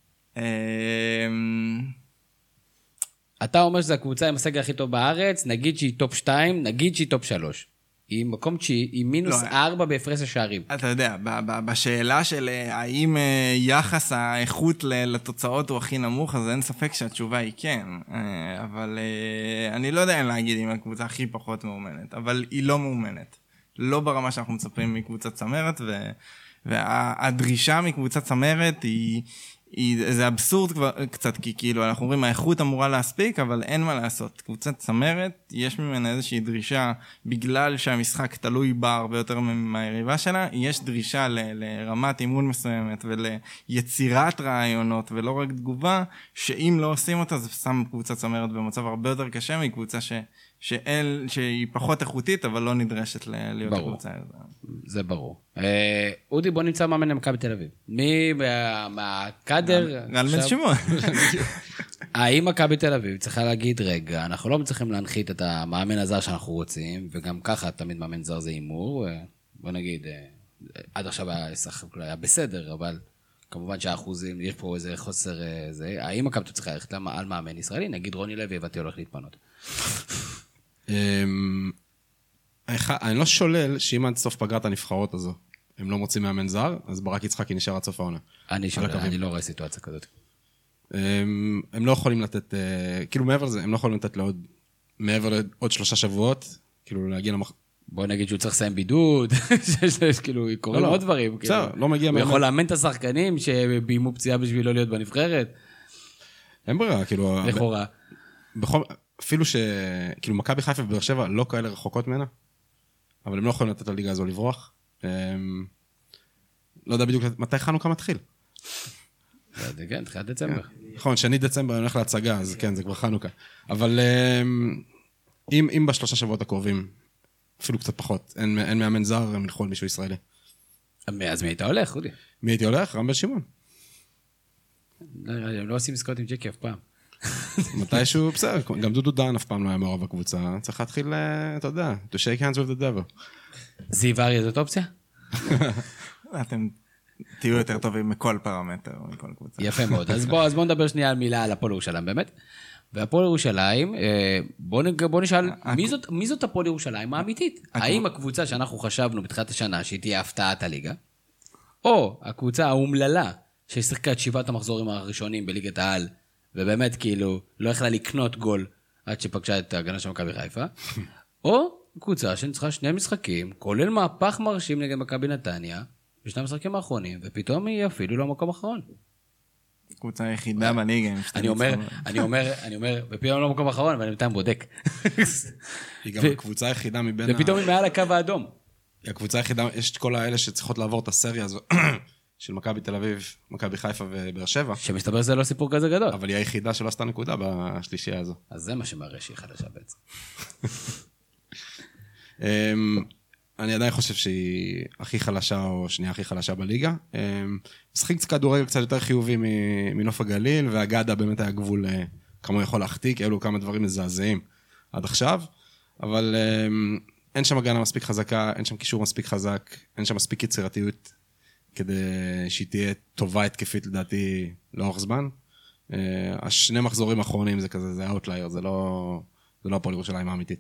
S1: אתה אומר שזו הקבוצה עם הסגל הכי טוב בארץ, נגיד שהיא טופ 2, נגיד שהיא טופ 3. היא מקום 9, היא מינוס 4 בהפרש השערים.
S3: אתה יודע, בשאלה של האם יחס האיכות לתוצאות הוא הכי נמוך, אז אין ספק שהתשובה היא כן. אבל אני לא יודע להגיד אם הקבוצה הכי פחות מאומנת, אבל היא לא מאומנת. לא ברמה שאנחנו מצפים מקבוצת צמרת, והדרישה מקבוצת צמרת זה אבסורד קצת, כי כאילו אנחנו אומרים, האיכות אמורה להספיק, אבל אין מה לעשות. קבוצת צמרת, יש ממנה איזושהי דרישה, בגלל שהמשחק תלוי בה הרבה יותר מהיריבה שלה, יש דרישה לרמת אימון מסוימת, וליצירת רעיונות, ולא רק תגובה, שאם לא עושים אותה, זה שם קבוצת צמרת במצב הרבה יותר קשה, מקבוצה שהיא פחות איכותית, אבל לא נדרשת להיות קבוצה.
S1: זה ברור. אודי, בוא נמצא מאמן למכבי תל אביב. מי מהקאדר...
S3: גל בן שמעון.
S1: האם מכבי תל אביב צריכה להגיד, רגע, אנחנו לא צריכים להנחית את המאמן הזר שאנחנו רוצים, וגם ככה תמיד מאמן זר זה אימור, בוא נגיד, עד עכשיו היה בסדר, אבל כמובן שהאחוזים, יש פה איזה חוסר זה, האם מכבי צריכה ללכת על מאמן ישראלי, נגיד רוני לוי, ואתי הולך להתפנות.
S4: אני לא שולל שאם עד סוף פגרת הנבחרות הזו, הם לא מוצאים מאמן זר, אז ברק יצחקי נשאר עד סוף העונה.
S1: אני לא רואה סיטואציה כזאת.
S4: הם לא יכולים לתת, כאילו מעבר לזה, הם לא יכולים לתת מעבר לעוד 3 שבועות, כאילו להגיע
S1: בוא נגיד שהוא צריך לסיים בידוד, כאילו, קוראים עוד דברים.
S4: בסדר, לא מגיע
S1: הוא יכול לאמן את השחקנים שביימו פציעה בשביל לא להיות בנבחרת.
S4: אין ברירה, כאילו...
S1: לכאורה.
S4: אפילו כאילו מכבי חיפה ובאר שבע לא כאלה רחוקות ממנה, אבל הם לא יכולים לתת לליגה הזו לברוח. לא יודע בדיוק מתי חנוכה מתחיל.
S1: כן, תחילת דצמבר.
S4: נכון, 2 דצמבר אני הולך להצגה, אז כן, זה כבר חנוכה. אבל אם ב3 שבועות הקרובים, אפילו קצת פחות, אין מאמן זר, הם ילכו על מישהו ישראלי.
S1: אז מי היית הולך, אודי?
S4: מי הייתי הולך? רם בן שמעון.
S1: הם לא עושים עסקאות עם ג'קי אף פעם.
S4: מתישהו, בסדר, גם דודו דן אף פעם לא היה מעורב בקבוצה, צריך להתחיל, אתה יודע, to shake hands with the devil.
S1: זיו אריה זאת אופציה?
S3: אתם תהיו יותר טובים מכל פרמטר, מכל קבוצה.
S1: יפה מאוד, אז בוא נדבר שנייה על מילה על הפועל ירושלים, באמת. והפועל ירושלים, בוא נשאל, מי זאת הפועל ירושלים האמיתית? האם הקבוצה שאנחנו חשבנו בתחילת השנה, שהיא תהיה הפתעת הליגה, או הקבוצה האומללה, שהשחקה את 7 המחזורים הראשונים בליגת העל, ובאמת כאילו לא יכלה לקנות גול עד שפגשה את ההגנה של מכבי חיפה, או קבוצה שניצחה 2 משחקים, כולל מהפך מרשים נגד מכבי נתניה, ב2 המשחקים האחרונים, ופתאום היא אפילו לא מקום אחרון.
S3: קבוצה היחידה בליגה.
S1: אני אומר, ופתאום לא מקום אחרון, אבל אני בינתיים בודק.
S4: היא גם הקבוצה היחידה מבין...
S1: ופתאום היא מעל הקו האדום.
S4: היא הקבוצה היחידה, יש את כל האלה שצריכות לעבור את הסריה הזו, של מכבי תל אביב, מכבי חיפה ובאר שבע.
S1: שמסתבר שזה לא סיפור כזה גדול.
S4: אבל היא היחידה שלא עשתה נקודה בשלישייה הזו.
S1: אז זה מה שמראה שהיא חדשה בעצם.
S4: אני עדיין חושב שהיא הכי חלשה, או שנייה הכי חלשה בליגה. משחק כדורגל קצת יותר חיובי מנוף הגליל, והגדה באמת היה גבול כמה הוא יכול להחתיק, אלו כמה דברים מזעזעים עד עכשיו, אבל אין שם הגנה מספיק חזקה, אין שם קישור מספיק חזק, אין שם מספיק יצירתיות, כדי שהיא תהיה טובה התקפית לדעתי לאורך זמן. 2 מחזורים האחרונים זה כזה, זה אאוטלייר, זה לא הפועל ירושלים האמיתית.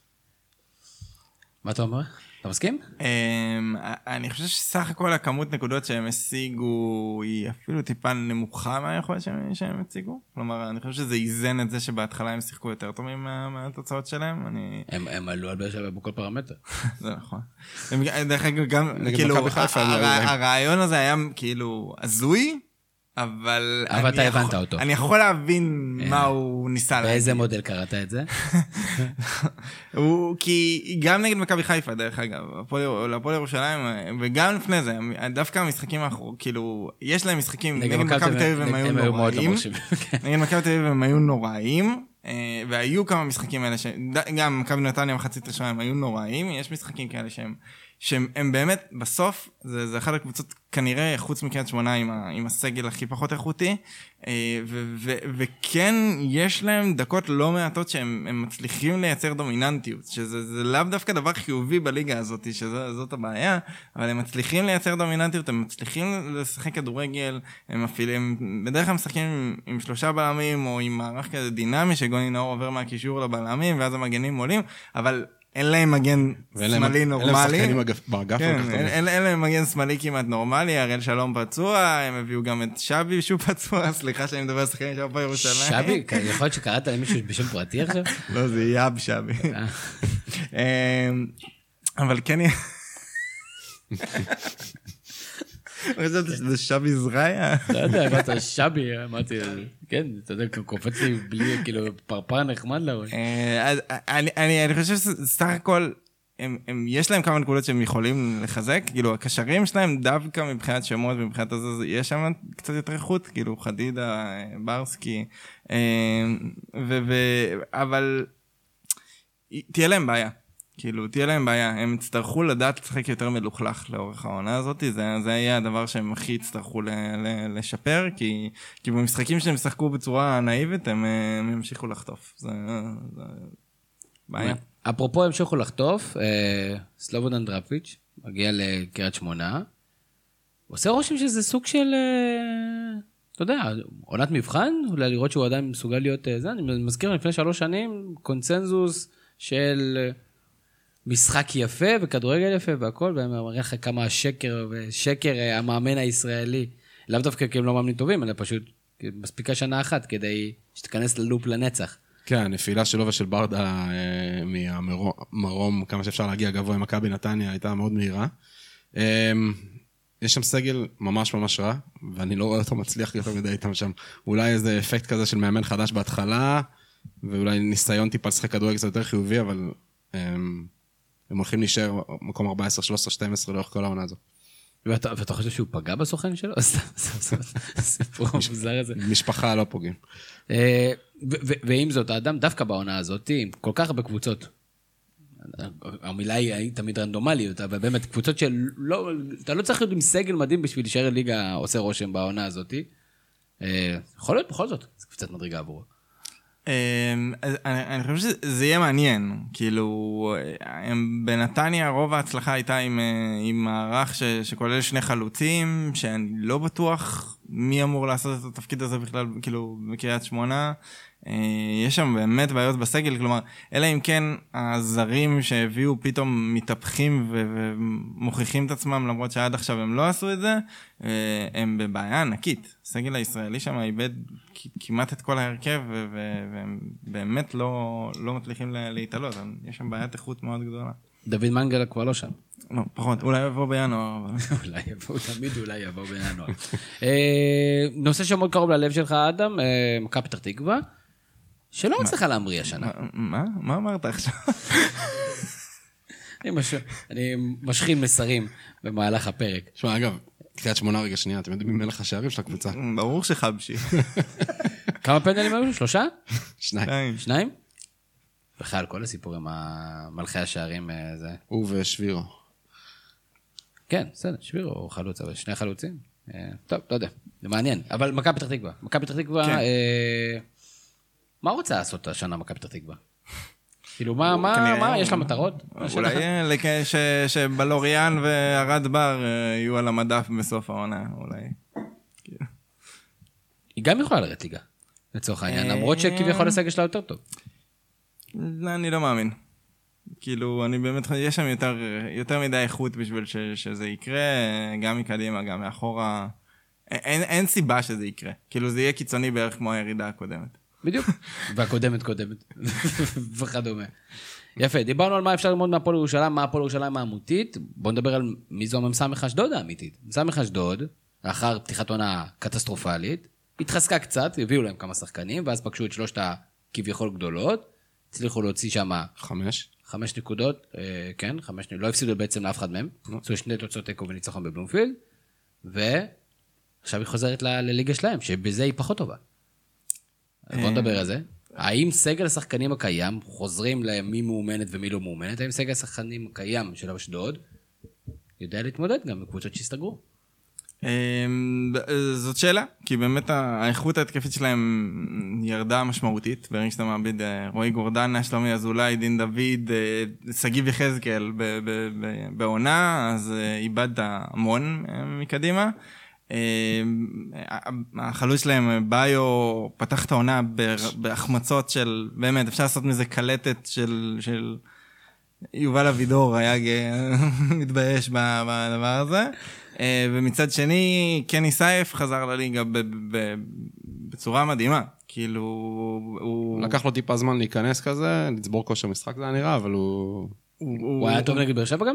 S1: מה אתה אומר? אתה מסכים?
S3: אני חושב שסך הכל הכמות נקודות שהם השיגו היא אפילו טיפה נמוכה מהיכולת שהם הציגו. כלומר, אני חושב שזה איזן את זה שבהתחלה הם שיחקו יותר טובים מהתוצאות שלהם. הם
S1: עלו על באר שבע בכל פרמטר.
S3: זה נכון. דרך אגב, גם, כאילו, הרעיון הזה היה כאילו הזוי, אבל
S1: אתה הבנת אותו.
S3: אני יכול להבין מה הוא ניסה להגיד.
S1: באיזה מודל קראת את זה?
S3: כי גם נגד מכבי חיפה, דרך אגב, לפועל ירושלים, וגם לפני זה, דווקא המשחקים האחרונים, כאילו, יש להם משחקים, נגד מכבי תל אביב הם היו נוראים, נגד מכבי תל אביב הם היו נוראים, והיו כמה משחקים האלה, גם מכבי נתניה מחצית ראשונה הם היו נוראים, יש משחקים כאלה שהם שהם באמת, בסוף, זה אחת הקבוצות, כנראה, חוץ מקריית שמונה, עם הסגל הכי פחות איכותי, וכן, יש להם דקות לא מעטות שהם מצליחים לייצר דומיננטיות, שזה לאו דווקא דבר חיובי בליגה הזאת, שזאת הבעיה, אבל הם מצליחים לייצר דומיננטיות, הם מצליחים לשחק כדורגל, הם בדרך כלל משחקים עם 3 בלמים, או עם מערך כזה דינמי, שגוני נאור עובר מהקישור לבלמים, ואז המגנים עולים, אבל אין להם מגן שמאלי נורמלי. אין להם מגן שמאלי כמעט נורמלי, הראל שלום פצוע, הם הביאו גם את שבי שהוא פצוע, סליחה שאני מדבר על שחקנים שם פה ירושלים.
S1: שבי? יכול להיות שקראת למישהו בשם פרטי עכשיו?
S3: לא, זה יאב שבי. אבל כן... חשבתי שזה שבי זרעיה.
S1: לא יודע, אמרת שבי, אמרתי, כן, אתה יודע, קופץ לי בלי, כאילו, פרפר נחמד לראש.
S3: אני חושב שסך הכל, יש להם כמה נקודות שהם יכולים לחזק, כאילו, הקשרים שלהם דווקא מבחינת שמות, מבחינת הזה, יש שם קצת יותר איכות, כאילו, חדידה, ברסקי, אבל תהיה להם בעיה. כאילו, תהיה להם בעיה, הם יצטרכו לדעת לשחק יותר מלוכלך לאורך העונה הזאת, זה היה הדבר שהם הכי יצטרכו לשפר, כי במשחקים שהם ישחקו בצורה נאיבית, הם ימשיכו לחטוף, זה בעיה.
S1: אפרופו המשיכו לחטוף, סלובודן אנדרפיץ' מגיע לקריית שמונה, עושה רושם שזה סוג של, אתה יודע, עונת מבחן, אולי לראות שהוא עדיין מסוגל להיות זה, אני מזכיר לפני 3 שנים, קונצנזוס של... משחק יפה וכדורגל יפה והכל, והם מראה לך כמה שקר המאמן הישראלי, לאו דווקא כי הם לא מאמנים טובים, אלא פשוט מספיקה שנה אחת כדי שתכנס ללופ לנצח.
S4: כן, הנפילה שלו ושל ברדה מהמרום, כמה שאפשר להגיע גבוה עם מכבי נתניה, הייתה מאוד מהירה. יש שם סגל ממש ממש רע, ואני לא רואה אותו מצליח יותר מדי איתם שם. אולי איזה אפקט כזה של מאמן חדש בהתחלה, ואולי ניסיון טיפה לשחק כדורגל קצת יותר חיובי, אבל... הם הולכים להישאר מקום 14, 13, 12 לאורך כל העונה הזו.
S1: ואתה חושב שהוא פגע בסוכן שלו? סיפור מוזר הזה.
S4: משפחה לא פוגעים.
S1: ועם זאת, האדם דווקא בעונה הזאת, עם כל כך הרבה קבוצות, המילה היא תמיד רנדומליות, אבל באמת קבוצות אתה לא צריך להיות עם סגל מדהים בשביל להישאר ליגה עושה רושם בעונה הזאת. יכול להיות בכל זאת, זה קבוצת מדרגה עבורו.
S3: אני חושב שזה יהיה מעניין, כאילו, בנתניה רוב ההצלחה הייתה עם מערך שכולל 2 חלוצים, שאני לא בטוח מי אמור לעשות את התפקיד הזה בכלל, כאילו, בקריית שמונה, יש שם באמת בעיות בסגל, כלומר, אלא אם כן הזרים שהביאו פתאום מתהפכים ומוכיחים את עצמם, למרות שעד עכשיו הם לא עשו את זה, הם בבעיה ענקית. הסגל הישראלי שם איבד כמעט את כל ההרכב, והם באמת לא מצליחים להתעלות, יש שם בעיית איכות מאוד גדולה.
S1: דוד מנגלה כבר לא שם.
S3: לא, פחות, אולי יבוא בינואר.
S1: אולי יבוא, תמיד אולי יבוא בינואר. נושא שמאוד קרוב ללב שלך, אדם, מכבי פתח תקווה, שלא מצליחה להמריא השנה.
S3: מה אמרת עכשיו?
S1: אני משכין מסרים במהלך הפרק.
S4: שמע, אגב, קריית שמונה רגע שנייה, אתם יודעים מי מלך השערים של הקבוצה?
S3: ברור שחבשי.
S1: כמה פנדלים היו? 3?
S4: 2.
S1: 2? בכלל, כל הסיפור עם מלכי השערים זה.
S4: הוא ושבירו.
S1: כן, בסדר, שבירו הוא חלוץ, אבל 2 חלוצים. טוב, לא יודע, זה מעניין. אבל מכבי פתח תקווה. מכבי פתח תקווה, מה רוצה לעשות השנה מכבי פתח תקווה? כאילו, מה, יש לה מטרות?
S3: אולי שבלוריאן והרד בר יהיו על המדף בסוף העונה, אולי.
S1: היא גם יכולה לרדת ליגה, לצורך העניין, למרות שכביכול הסגל שלה יותר טוב.
S3: אני לא מאמין. כאילו, אני באמת, יש שם יותר מדי איכות בשביל שזה יקרה, גם מקדימה, גם מאחורה. אין סיבה שזה יקרה. כאילו, זה יהיה קיצוני בערך כמו הירידה הקודמת.
S1: בדיוק. והקודמת וכדומה. יפה, דיברנו על מה אפשר ללמוד מהפועל ירושלים, מה הפועל ירושלים האמותית. בואו נדבר על מי זו ממסמך אשדוד האמיתית. ממסמך אשדוד, לאחר פתיחת עונה קטסטרופלית, התחזקה קצת, הביאו להם כמה שחקנים, ואז פגשו את 3 הכביכול גדולות, הצליחו להוציא שם 5 נקודות, כן, 5 נקודות, לא הפסידו בעצם לאף אחד מהם, עשו 2 תוצאות תיקו וניצחון בבלומפילד, ועכשיו היא חוזרת לליגה שלהם, שבזה היא פחות טובה. אז בוא נדבר על זה. האם סגל השחקנים הקיים, חוזרים למי מאומנת ומי לא מאומנת, האם סגל השחקנים הקיים של אשדוד, יודע להתמודד גם בקבוצות שהסתגרו.
S3: זאת שאלה, כי באמת האיכות ההתקפית שלהם ירדה משמעותית, ברגע שאתה מאבד רועי גורדנה, שלומי אזולאי, דין דוד, סגיב יחזקאל בעונה, אז איבדת המון מקדימה. החלוץ שלהם, ביו, פתח את העונה בהחמצות של, באמת, אפשר לעשות מזה קלטת של יובל אבידור, היה מתבייש בדבר הזה. ומצד שני, קני סייף חזר לליגה בצורה מדהימה. כאילו, הוא...
S4: לקח לו טיפה זמן להיכנס כזה, לצבור כושר משחק זה היה נראה, אבל
S1: הוא היה טוב נגד באר שבע גם?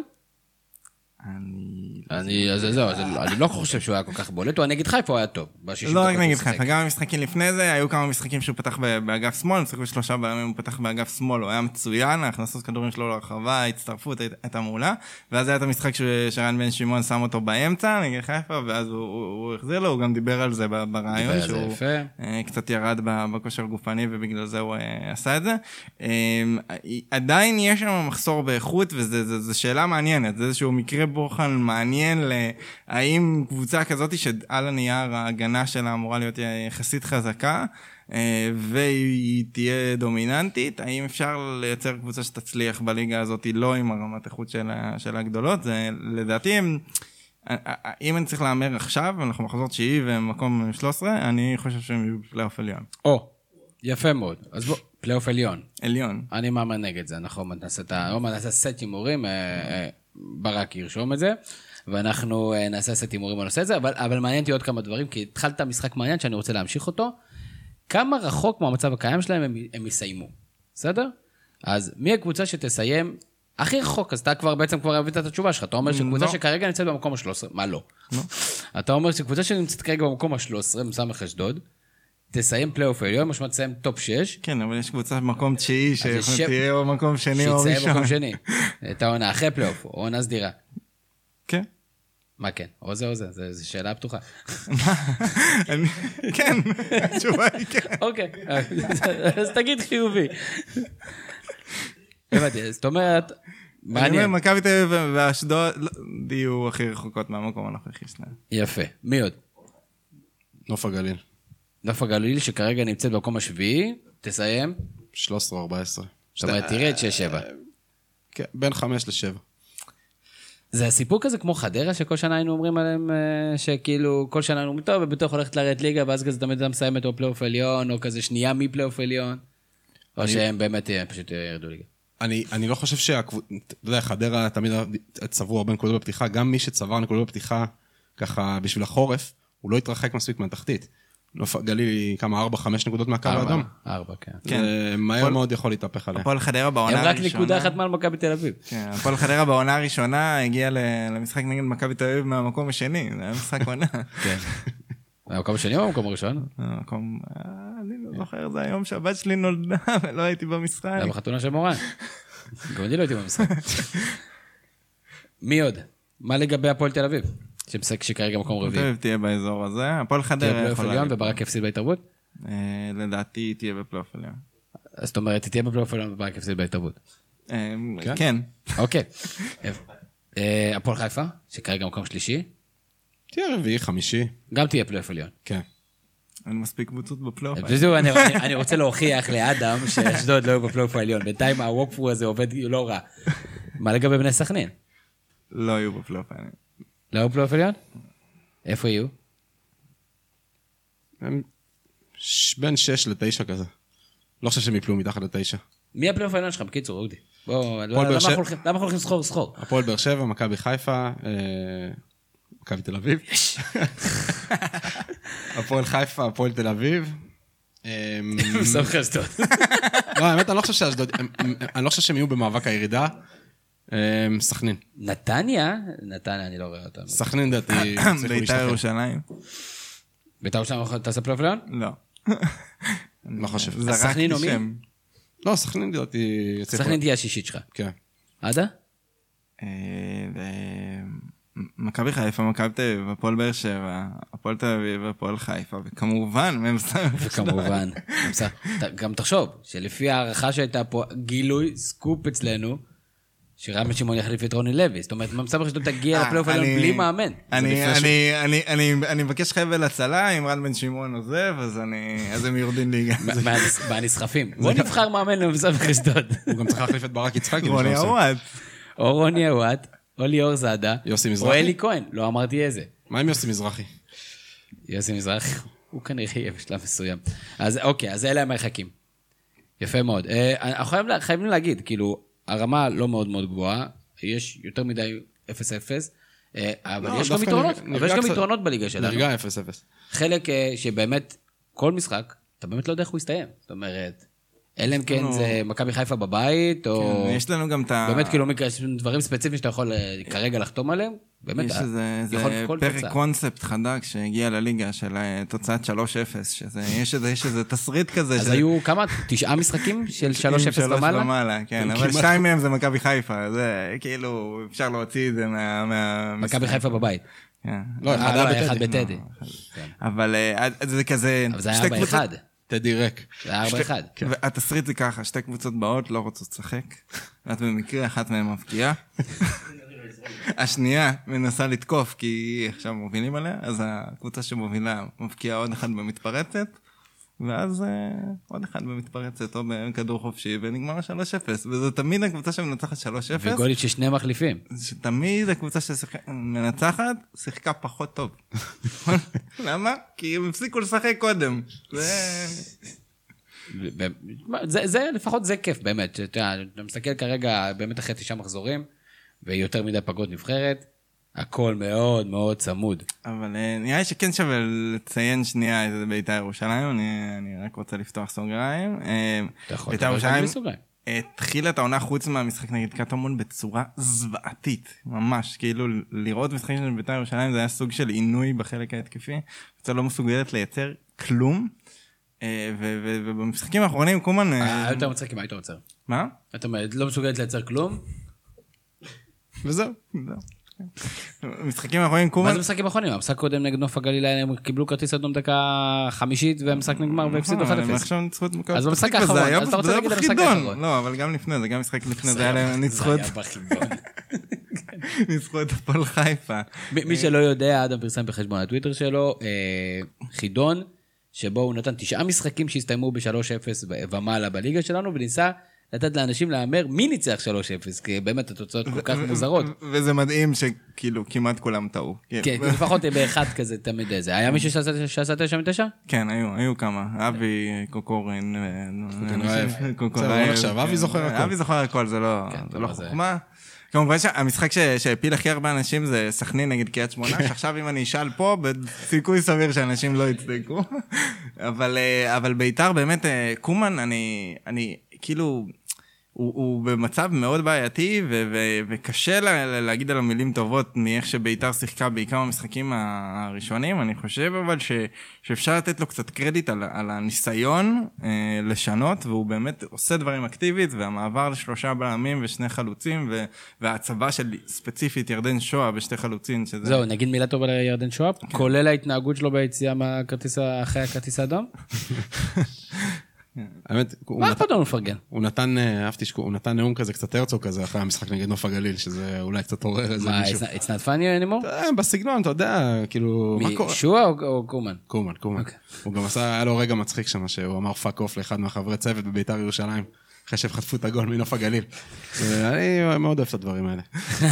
S1: אני לא חושב שהוא היה כל כך בולט, או נגד חיפה הוא היה טוב.
S3: לא רק נגד חיפה, גם המשחקים לפני זה, היו כמה משחקים שהוא פתח באגף שמאל, משחקו 3 בימים הוא פתח באגף שמאל, הוא היה מצוין, ההכנסות כדורים שלו להרחבה, ההצטרפות הייתה מעולה, ואז היה את המשחק שרן בן שמעון שם אותו באמצע, נגד חיפה, ואז הוא החזיר לו, הוא גם דיבר על זה ברעיון, שהוא קצת ירד בכושר גופני, ובגלל זה הוא עשה את זה. עדיין יש שם מחסור באיכות, וזו שאלה מעניינת, זה איזשהו מקרה בוחן מעניין האם קבוצה כזאת שעל הנייר ההגנה שלה אמורה להיות יחסית חזקה והיא תהיה דומיננטית, האם אפשר לייצר קבוצה שתצליח בליגה הזאת לא עם הרמת איכות של הגדולות. זה לדעתי אם אני צריך לאמר עכשיו, אנחנו מחזור 9 ומקום 13, אני חושב שהם יהיו פלייאוף עליון.
S1: יפה מאוד. אז בוא, פלייאוף עליון.
S3: עליון.
S1: אני מאמין נגד זה, אנחנו נעשה סט הימורים, ברק ירשום את זה, ואנחנו נעשה סט הימורים בנושא הזה, אבל מעניין אותי עוד כמה דברים, כי התחלת משחק מעניין שאני רוצה להמשיך אותו. כמה רחוק מהמצב הקיים שלהם הם יסיימו, בסדר? אז מי הקבוצה שתסיים הכי רחוק? אז אתה בעצם כבר הבאת את התשובה שלך, אתה אומר שקבוצה שכרגע נמצאת במקום ה-13, מה לא? אתה אומר שקבוצה שנמצאת כרגע במקום ה-13, מסמך אשדוד, תסיים פלייאוף עליון, משמע תסיים טופ 6.
S3: כן, אבל יש קבוצה במקום 9 שתהיה או מקום שני או ראשון.
S1: שתסיים מקום שני. את העונה אחרי פלייאוף, או עונה סדירה.
S3: כן.
S1: מה כן? או זה או זה, זו שאלה פתוחה.
S3: כן, התשובה היא כן.
S1: אוקיי, אז תגיד חיובי. הבנתי, זאת אומרת, מעניין.
S3: אני אומר, מכבי תל אביב ואשדוד יהיו הכי רחוקות מהמקום הנוכחי שלהם.
S1: יפה. מי עוד?
S4: נוף הגליל.
S1: נוף הגליל שכרגע נמצאת במקום השביעי, תסיים?
S4: 13-14. זאת
S1: אומרת, תראה את 6-7.
S4: כן, בין 5 ל-7.
S1: זה הסיפור כזה כמו חדרה, שכל שנה היינו אומרים עליהם, שכאילו כל שנה היינו אומרים, טוב, ובתוך הולכת לרדת ליגה, ואז כזה תמיד מסיים את פלייאוף עליון, או כזה שנייה מפלייאוף עליון, או שהם באמת פשוט ירדו ליגה.
S4: אני לא חושב אתה יודע, חדרה תמיד צברו הרבה נקודות בפתיחה, גם מי שצבר נקודות בפתיחה, ככה בשביל החורף, הוא לא יתרחק מספיק מהתחתית. נוף הגליל היא כמה 4-5 נקודות מהקו האדום.
S1: 4, כן.
S4: זה מהר מאוד יכול להתהפך עליה.
S3: הפועל חדרה בעונה הראשונה.
S1: הם רק נקודה אחת מעל מכבי תל אביב.
S3: כן, הפועל חדרה בעונה הראשונה הגיע למשחק נגד מכבי תל אביב מהמקום השני. זה היה משחק עונה. כן.
S1: המקום השני או המקום הראשון?
S3: המקום, אני לא זוכר, זה היום שהבת שלי נולדה ולא הייתי במשחק.
S1: זה בחתונה של מורן. גם אני לא הייתי במשחק. מי עוד? מה לגבי הפועל תל אביב? שכרגע מקום רביעי.
S3: הפועל תהיה באזור הזה. הפועל חדרה
S1: תהיה בפלייאוף עליון וברק הפסיד בהתערבות?
S3: לדעתי תהיה בפלייאוף עליון.
S1: אז זאת אומרת, תהיה בפלייאוף עליון וברק הפסיד בהתערבות.
S3: כן.
S1: אוקיי. הפועל חיפה, שכרגע מקום שלישי.
S4: תהיה רביעי, חמישי.
S1: גם תהיה פלייאוף עליון.
S4: כן.
S3: אין מספיק קבוצות בפלייאוף.
S1: וזהו, אני רוצה להוכיח לאדם שאשדוד לא יהיו בפלייאוף העליון. בינתיים הווקפור הזה עובד לא רע. מה לגבי בני סכנין?
S3: לא יהיו בפלייאוף העליון.
S1: לא יהיו בפלייאוף העליון? איפה יהיו?
S4: בין 6 ל-9 כזה. לא חושב שהם יפלו מתחת ל-9.
S1: מי הפלייאוף העליון שלך? בקיצור, אודי. למה אנחנו הולכים סחור?
S4: הפועל באר שבע, מכבי חיפה, מכבי תל אביב. הפועל חיפה, הפועל תל אביב.
S1: בסוף אשדוד.
S4: לא, האמת, אני לא חושב שהם יהיו במאבק הירידה. סכנין.
S1: נתניה, אני לא רואה אותם.
S4: סכנין דעתי.
S3: בית"ר ירושלים.
S1: בית"ר ירושלים תעשה פלייאוף עליון?
S3: לא.
S4: לא חושב.
S1: סכנין או מי?
S4: לא, סכנין דעתי.
S1: סכנין תהיה השישית שלך.
S4: כן.
S1: עדה?
S3: מכבי חיפה, מכבי תל אביב, הפועל באר שבע, הפועל תל אביב, הפועל חיפה, וכמובן,
S1: וכמובן, גם תחשוב, שלפי הערכה שהייתה פה גילוי סקופ אצלנו, שרן בן שמעון יחליף את רוני לוי, זאת אומרת, מה מספר שאתה תגיע לפלייאוף העליון בלי מאמן?
S3: אני מבקש חבל הצלה, אם רן בן שמעון עוזב, אז הם יורדים ליגה.
S1: מהנסחפים. בוא נבחר מאמן למספר אשדוד.
S4: הוא גם צריך להחליף את ברק יצחקי.
S3: רוני אוואט.
S1: או רוני אוואט, או ליאור זאדה,
S4: יוסי
S1: או
S4: מזרחי.
S1: אלי כהן, לא אמרתי איזה.
S4: מה עם יוסי מזרחי?
S1: יוסי מזרחי, הוא כנראה יהיה בשלב מסוים. אז אוקיי, אז אלה המרחקים. יפה מאוד. אנחנו חייבים להגיד, כאילו, הרמה לא מאוד מאוד גבוהה, יש יותר מדי 0-0, אבל יש גם יתרונות, אבל יש גם יתרונות בליגה שלנו.
S4: נרגע 0-0.
S1: חלק שבאמת, כל משחק, אתה באמת לא יודע איך הוא יסתיים. זאת אומרת, אלא אם כן זה מכבי חיפה בבית, או...
S3: יש לנו גם את ה...
S1: באמת, כאילו, דברים ספציפיים שאתה יכול כרגע לחתום עליהם, באמת,
S3: יש איזה פרק קונספט חדק שהגיע לליגה של תוצאת 3-0, יש איזה תסריט כזה.
S1: אז היו כמה? 9 משחקים של 3-0 ומעלה?
S3: כן, אבל 2 מהם זה מכבי חיפה, זה כאילו, אפשר להוציא את זה מה...
S1: מכבי חיפה בבית.
S4: לא,
S1: אחד בטדי.
S3: אבל זה כזה...
S1: אבל זה היה 4-1.
S4: טדי ריק.
S1: זה היה 4-1.
S3: והתסריט זה ככה, 2 קבוצות באות לא רוצות לשחק, ואת במקרה אחת מהן מבקיעה. השנייה מנסה לתקוף, כי היא עכשיו מובילים עליה, אז הקבוצה שמובילה מבקיעה עוד אחד במתפרצת, ואז עוד אחד במתפרצת, או בכדור חופשי, ונגמר 3-0. וזו תמיד הקבוצה שמנצחת 3-0.
S1: וגולית ששני מחליפים.
S3: תמיד הקבוצה שמנצחת, שיחקה פחות טוב. למה? כי הם הפסיקו לשחק קודם.
S1: זה, לפחות זה כיף, באמת. אתה מסתכל כרגע, באמת אחרי 9 מחזורים, ויותר מדי פגות נבחרת, הכל מאוד מאוד צמוד.
S3: אבל נראה לי שכן שווה לציין שנייה את זה בית"ר ירושלים, אני רק רוצה לפתוח סוגריים. בית"ר ירושלים התחילה את העונה חוץ מהמשחק נגד קטמון בצורה זוועתית, ממש, כאילו לראות משחקים של בית"ר ירושלים זה היה סוג של עינוי בחלק ההתקפי, קבוצה לא מסוגלת לייצר כלום, ובמשחקים האחרונים קומן...
S1: יותר מצחיק, מה היית עוצר?
S3: מה?
S1: אתה לא מסוגלת לייצר כלום?
S3: וזהו. משחקים האחרונים קומן...
S1: מה זה משחקים האחרונים? המשחק קודם נגד נוף הגליל, הם קיבלו כרטיס אדום דקה 50 והמשחק נגמר והפסידו 1-0. אז במשחק האחרון, אז אתה רוצה להגיד על המשחק האחרון.
S3: לא, אבל גם לפני זה, גם משחק לפני זה היה להם ניצחו את הפועל חיפה.
S1: מי שלא יודע, אדם פרסם בחשבון הטוויטר שלו, חידון, שבו הוא נתן 9 משחקים שהסתיימו ב-3-0 ומעלה בליגה שלנו, וניסה לתת לאנשים לאמר מי ניצח 3-0, כי באמת התוצאות כל כך מוזרות.
S3: וזה מדהים שכאילו כמעט כולם טעו.
S1: כן, לפחות באחד כזה תמיד איזה. היה מישהו שעשה 9-9?
S3: כן, היו כמה. אבי קוקורין.
S4: אבי זוכר הכל.
S3: אבי זוכר הכל, זה לא חוכמה. כמובן שהמשחק שהפיל הכי הרבה אנשים זה סכנין נגד קריית שמונה, שעכשיו אם אני אשאל פה, בסיכוי סביר שאנשים לא יצדקו. אבל בית"ר באמת, קומן, אני כאילו, הוא במצב מאוד בעייתי, וקשה להגיד על המילים טובות מאיך שבית"ר שיחקה בעיקר המשחקים הראשונים. אני חושב אבל שאפשר לתת לו קצת קרדיט על הניסיון לשנות, והוא באמת עושה דברים אקטיבית, והמעבר ל3 בלמים ו2 חלוצים, וההצבה של ספציפית ירדן שואה ב2 חלוצים.
S1: זהו, נגיד מילה טובה לירדן שואה, כולל ההתנהגות שלו ביציאה אחרי הכרטיס האדום?
S4: האמת,
S1: מה אכפת לנו לפרגן?
S4: הוא נתן נאום כזה, קצת הרצוג כזה, אחרי המשחק נגד נוף הגליל, שזה אולי קצת עורר איזה מישהו.
S1: מה, it's not funny anymore?
S4: בסגנון, אתה יודע, כאילו...
S1: שואה או קומן?
S4: קומן. הוא גם היה לו רגע מצחיק שם, שהוא אמר פאק אוף לאחד מהחברי צוות בבית"ר ירושלים, אחרי שהם חטפו את הגול מנוף הגליל. אני מאוד אוהב את הדברים האלה.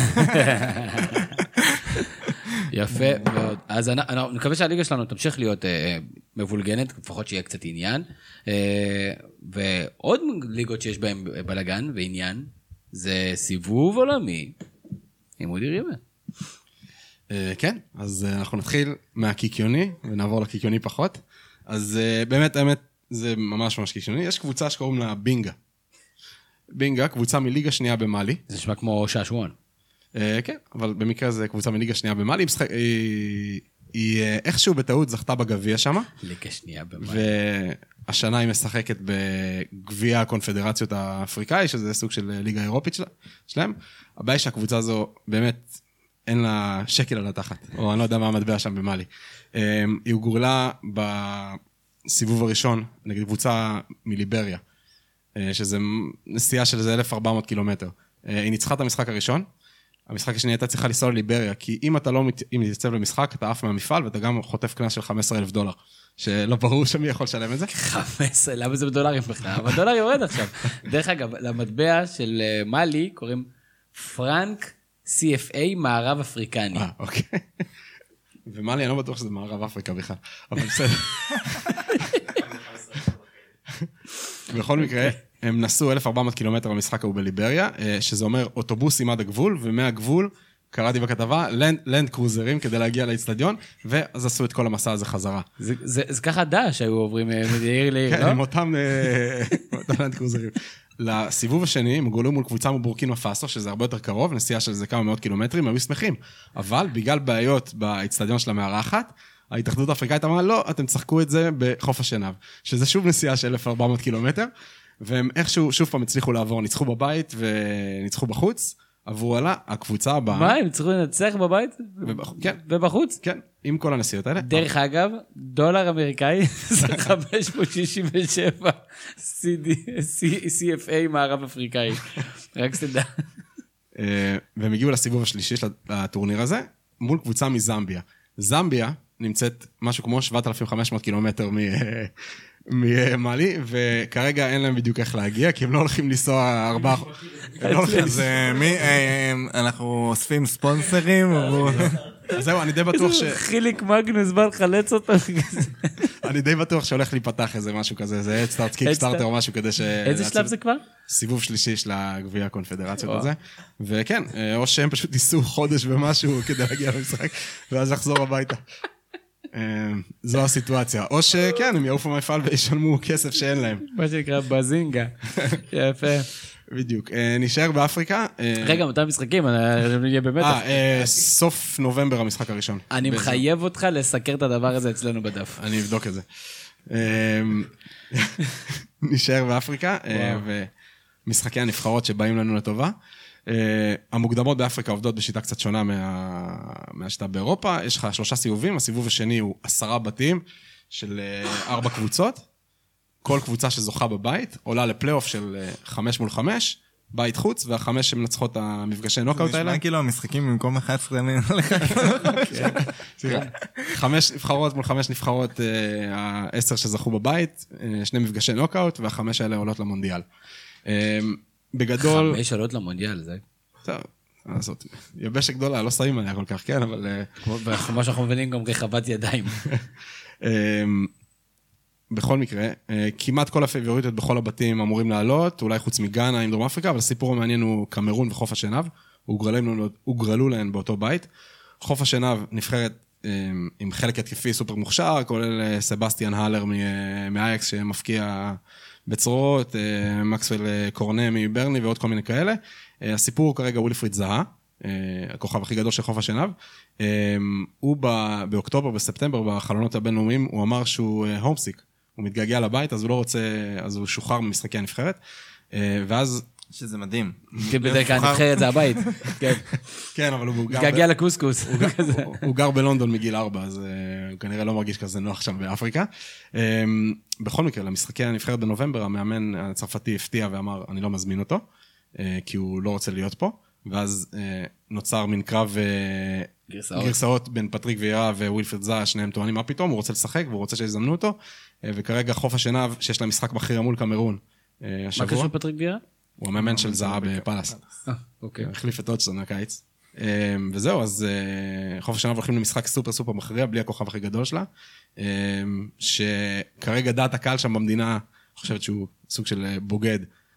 S1: יפה מאוד. אז אני מקווה שהליגה שלנו תמשיך להיות מבולגנת, לפחות שיהיה קצת עניין. ועוד ליגות שיש בהן בלגן ועניין, זה סיבוב עולמי עם אודי ריבה.
S4: כן, אז אנחנו נתחיל מהקיקיוני, ונעבור לקיקיוני פחות. אז באמת, האמת, זה ממש ממש קיקיוני. יש קבוצה שקוראים לה בינגה. בינגה, קבוצה מליגה שנייה במאלי.
S1: זה נשמע כמו שעשועון.
S4: כן, אבל במקרה זה קבוצה מליגה שנייה במאלי, היא איכשהו בטעות זכתה בגביע שם.
S1: ליגה שנייה במאלי.
S4: והשנה היא משחקת בגביע הקונפדרציות האפריקאי, שזה סוג של ליגה אירופית שלהם. הבעיה שהקבוצה הזו באמת אין לה שקל על התחת, או אני לא יודע מה המטבע שם במאלי. היא הוגרלה בסיבוב הראשון נגד קבוצה מליבריה, שזה נסיעה של 1,400 קילומטר. היא ניצחה את המשחק הראשון, המשחק השני הייתה צריכה לנסוע לליבריה, כי אם אתה לא מתייצב למשחק, אתה עף מהמפעל, ואתה גם חוטף קנס של $15,000, שלא ברור שמי יכול לשלם את זה.
S1: 15, למה זה בדולרים בכלל? אבל דולר יורד עכשיו. דרך אגב, למטבע של מאלי קוראים פרנק CFA מערב אפריקני.
S4: אוקיי. ומאלי, אני לא בטוח שזה מערב אפריקה בכלל, אבל בסדר. בכל מקרה, הם נסעו 1,400 קילומטר במשחק ההוא בליבריה, שזה אומר אוטובוסים עד הגבול, ומהגבול, קראתי בכתבה, לנד קרוזרים כדי להגיע לאצטדיון, ואז עשו את כל המסע הזה חזרה.
S1: זה ככה דש היו עוברים מעיר לעיר, לא?
S4: כן, עם אותם לנד קרוזרים. לסיבוב השני, הם גולו מול קבוצה מבורקינה פאסו, שזה הרבה יותר קרוב, נסיעה של זה כמה מאות קילומטרים, היו שמחים. אבל בגלל בעיות באצטדיון של המארחת, ההתאחדות האפריקאית אמרה, לא, אתם צחקו את זה בחוף השנהב, שזה שוב נסיעה של 1,400 קילומטר, והם איכשהו שוב פעם הצליחו לעבור, ניצחו בבית וניצחו בחוץ, עברו הלאה, הקבוצה הבאה.
S1: מה, הם צריכים לנצח בבית?
S4: כן.
S1: ובחוץ?
S4: כן, עם כל הנסיעות האלה.
S1: דרך אגב, דולר אמריקאי, זה 567 CFA מערב אפריקאי. רק שתדע.
S4: והם הגיעו לסיבוב השלישי של הטורניר הזה, מול קבוצה מזמביה. זמביה נמצאת משהו כמו 7,500 קילומטר ממאלי, וכרגע אין להם בדיוק איך להגיע, כי הם לא הולכים לנסוע 4...
S3: אז אנחנו אוספים ספונסרים,
S4: זהו, אני די בטוח ש...
S1: חיליק מגנוס בא לחלץ אותו.
S4: אני די בטוח שהולך להיפתח איזה משהו כזה, זה אדסטארט, קיקסטארטר או משהו כדי ש...
S1: איזה שלב זה כבר?
S4: סיבוב שלישי של הגביע הקונפדרציות הזה. וכן, או שהם פשוט ניסו חודש ומשהו כדי להגיע למשחק, ואז לחזור הביתה. זו הסיטואציה. או שכן, הם יעופו מהמפעל וישלמו כסף שאין להם.
S1: מה שנקרא בזינגה. יפה.
S4: בדיוק. נשאר באפריקה.
S1: רגע, מתי משחקים? נהיה באמת...
S4: סוף נובמבר המשחק הראשון.
S1: אני מחייב אותך לסקר את הדבר הזה אצלנו בדף.
S4: אני אבדוק את זה. נשאר באפריקה, ומשחקי הנבחרות שבאים לנו לטובה. המוקדמות באפריקה עובדות בשיטה קצת שונה מהשיטה באירופה. יש לך 3 סיבובים, הסיבוב השני הוא 10 בתים של 4 קבוצות. כל קבוצה שזוכה בבית עולה לפלייאוף של 5 מול 5, בית חוץ, וה5 שמנצחות את המפגשי נוקאוט האלה.
S3: נשמע כאילו המשחקים במקום 11 ימים.
S4: 5 נבחרות מול 5 נבחרות, 10 שזכו בבית, 2 מפגשי נוקאוט, וה5 האלה עולות למונדיאל. בגדול...
S1: 5 עולות למונדיאל, זה...
S4: טוב, לעשות. יבשת גדולה, לא שמים עליה כל כך, כן, אבל...
S1: כמו שאנחנו מבינים גם רחבת ידיים.
S4: בכל מקרה, כמעט כל הפייבוריטות בכל הבתים אמורים לעלות, אולי חוץ מגאנה עם דרום אפריקה, אבל הסיפור המעניין הוא קמרון וחוף השנהב, הוגרלו להן באותו בית. חוף השנהב נבחרת עם חלק התקפי סופר מוכשר, כולל סבסטיאן הלר מאייקס שמפקיע בצורות, מקסוול קורנה מברני ועוד כל מיני כאלה. הסיפור הוא כרגע ווילפריד זהה, הכוכב הכי גדול של חוף השנהב. הוא באוקטובר, בספטמבר, בחלונות הבינלאומיים, הוא אמר שהוא הומסיק, הוא מתגעגע לבית, אז הוא לא רוצה, אז הוא שוחרר ממשחקי הנבחרת, ואז...
S3: שזה מדהים.
S1: כי בדרך כלל הנבחרת זה הבית.
S4: כן, אבל הוא
S1: מתגעגע לקוסקוס.
S4: הוא גר בלונדון מגיל 4, אז הוא כנראה לא מרגיש כזה נוח שם באפריקה. בכל מקרה, למשחקי הנבחרת בנובמבר, המאמן הצרפתי הפתיע ואמר, אני לא מזמין אותו, כי הוא לא רוצה להיות פה, ואז נוצר מין קרב גרסאות בין פטריק וירה ווילפרד זהה, שניהם טוענים מה פתאום, הוא רוצה לשחק והוא רוצה שיזמנו אותו, וכרגע חוף השנהב, שיש לה משחק מכריע מול קמרון השבוע.
S1: מה קשור פטריק וירה?
S4: הוא המאמן של זהה בפלאס.
S1: אוקיי.
S4: החליף את אודסון הקיץ. וזהו, אז חוף השנהב הולכים למשחק סופר סופר מכריע, בלי הכוכב הכי גדול שלה, שכרגע דעת הקהל שם במדינה, חושבת שהוא סוג של בוגד,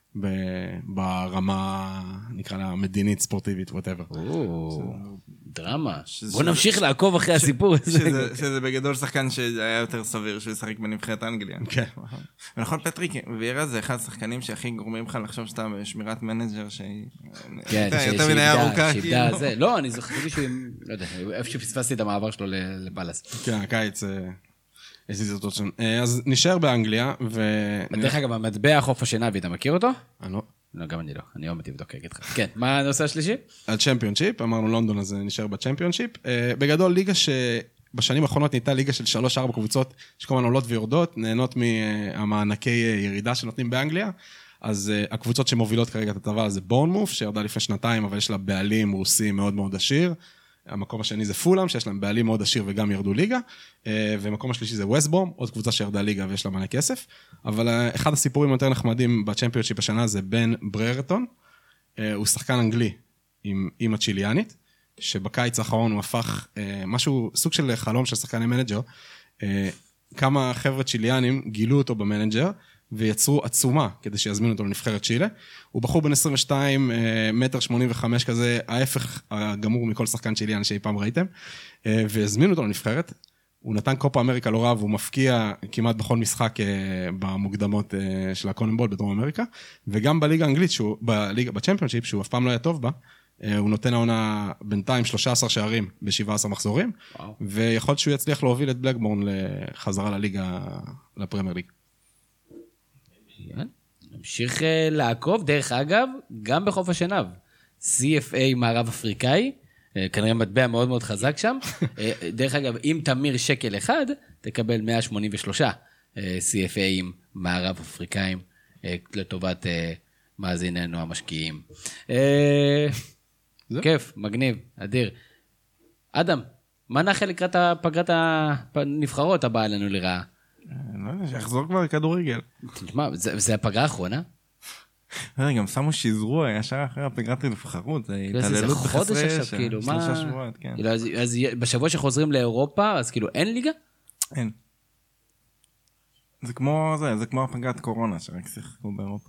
S4: ברמה, נקרא לה, מדינית, ספורטיבית, whatever.
S1: דרמה. בוא נמשיך לעקוב אחרי הסיפור הזה.
S3: שזה בגדול שחקן שהיה יותר סביר שהוא ישחק בנבחרת אנגליה.
S4: כן.
S3: ונכון, פטריק וירה זה אחד השחקנים שהכי גורמים לך לחשוב שאתה בשמירת מנג'ר שהיא...
S1: כן,
S3: יותר מדי ארוכה.
S1: שאיבדה זה. לא, אני זוכרתי שהוא, לא יודע, איפה שפספסתי את המעבר שלו לפלאס.
S4: כן, הקיץ... אז נשאר באנגליה,
S1: דרך אגב, המטבע חוף השנהב, אתה מכיר אותו?
S4: אני לא.
S1: לא, גם אני לא. אני עומד לבדוק, אגיד לך. כן, מה הנושא השלישי?
S4: הצ'מפיונשיפ, אמרנו לונדון, אז נשאר בצ'מפיונשיפ. בגדול, ליגה שבשנים האחרונות נהייתה ליגה של 3-4 קבוצות, שכל הזמן עולות ויורדות, נהנות מהמענקי ירידה שנותנים באנגליה. אז הקבוצות שמובילות כרגע את הטבלה זה בורנמוף, שירדה לפני שנתיים, אבל יש לה בעלים רוסי מאוד מאוד עשיר. המקום השני זה פולאם, שיש להם בעלים מאוד עשיר וגם ירדו ליגה. ומקום השלישי זה ווסט-ברום, עוד קבוצה שירדה ליגה ויש לה מלא כסף. אבל אחד הסיפורים יותר נחמדים בצ'מפיונשיפ השנה זה בן בררטון. הוא שחקן אנגלי עם אמא צ'יליאנית, שבקיץ האחרון הוא הפך משהו, סוג של חלום של שחקני מנג'ר. כמה חבר'ה צ'יליאנים גילו אותו במנג'ר, ויצרו עצומה כדי שיזמינו אותו לנבחרת צ'ילה. הוא בחור בן 22, מטר 85 כזה, ההפך הגמור מכל שחקן צ'יליאן שאי פעם ראיתם, והזמינו אותו לנבחרת. הוא נתן קופה אמריקה לא רב, הוא מפקיע כמעט בכל משחק במוקדמות של הקוננבול בדרום אמריקה, וגם בליגה האנגלית, בצ'מפיונשיפ, שהוא אף פעם לא היה טוב בה, הוא נותן העונה בינתיים 13 שערים ב-17 מחזורים, ויכול להיות שהוא יצליח להוביל את בלקבורן לחזרה לליגה, לפרמייר ליג.
S1: נמשיך לעקוב, דרך אגב, גם בחוף השנהב. CFA מערב אפריקאי, כנראה מטבע מאוד מאוד חזק שם. דרך אגב, אם תמיר שקל אחד, תקבל 183 CFAים מערב אפריקאים, לטובת מאזיננו המשקיעים. כיף, מגניב, אדיר. אדם, מה נאחל לקראת פגרת הנבחרות הבאה לנו לרעה?
S3: לא יודע, שיחזור כבר כדורגל.
S1: תשמע, זה הפגרה האחרונה?
S3: גם שמו שיזרו ישר אחרי הפגרת הנבחרות, זה התעללות בחסרי ישע. 3 שבועות, כן.
S1: אז בשבוע שחוזרים לאירופה, אז כאילו אין ליגה?
S3: אין. זה כמו הפגרת קורונה, שרק שיחקו באירופה.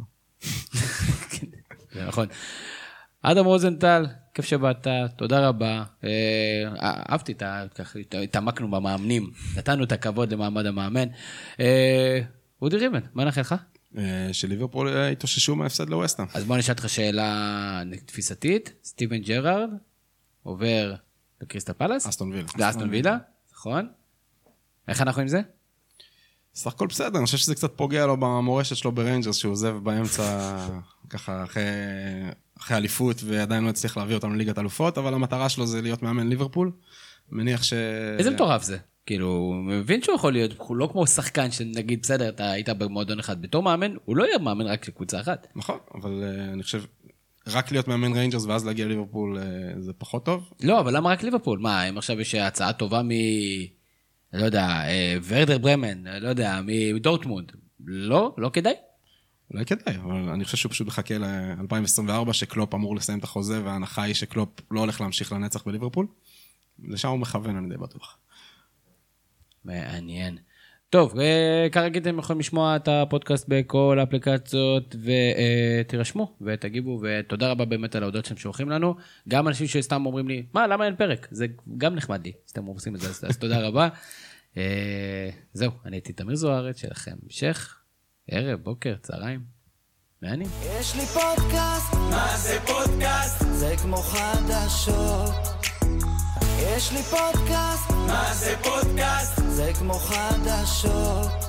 S1: זה נכון. אדם רוזנטל, כיף שבאת, תודה רבה. אהבתי, התעמקנו במאמנים, נתנו את הכבוד למעמד המאמן. אודי ריבן, מה נאחל לך?
S4: שליברפול התאוששו מההפסד לווסטהאם.
S1: אז בוא נשאל אותך שאלה תפיסתית. סטיבן ג'רארד עובר לקריסטל פלאס?
S4: אסטון וילה.
S1: לאסטון וילה, נכון. איך אנחנו עם זה?
S4: סך הכל בסדר, אני חושב שזה קצת פוגע לו במורשת שלו בריינג'רס, שהוא עוזב באמצע ככה אחרי אליפות, ועדיין לא הצליח להביא אותם לליגת אלופות, אבל המטרה שלו זה להיות מאמן ליברפול. מניח
S1: איזה מטורף זה? כאילו, הוא מבין שהוא יכול להיות, הוא לא כמו שחקן שנגיד, בסדר, אתה היית במועדון אחד. בתור מאמן, הוא לא יהיה מאמן רק לקבוצה אחת.
S4: נכון, אבל אני חושב, רק להיות מאמן ריינג'רס ואז להגיע לליברפול זה פחות טוב.
S1: לא, אבל למה רק ליברפול? מה, אם עכשיו יש הצעה טובה לא יודע, ורדר ברמן, לא יודע, מדורטמונד. לא כדאי?
S4: אולי כדאי, אבל אני חושב שהוא פשוט מחכה ל-2024, שקלופ אמור לסיים את החוזה, וההנחה היא שקלופ לא הולך להמשיך לנצח בליברפול. לשם הוא מכוון, אני די בטוח.
S1: מעניין. טוב, כרגיל אתם יכולים לשמוע את הפודקאסט בכל האפליקציות, ותירשמו ותגיבו, ותודה רבה באמת על ההודעות שהם שולחים לנו. גם אנשים שסתם אומרים לי, למה אין פרק? זה גם נחמד לי, סתם עושים את זה, אז תודה רבה. זהו, אני הייתי תמיר זוארץ, שלכם המשך, ערב, בוקר, צהריים. מעניין.
S2: יש לי פודקאסט, מה זה פודקאסט? זה כמו חדשות. יש לי פודקאסט, מה זה פודקאסט? זה כמו חדשות.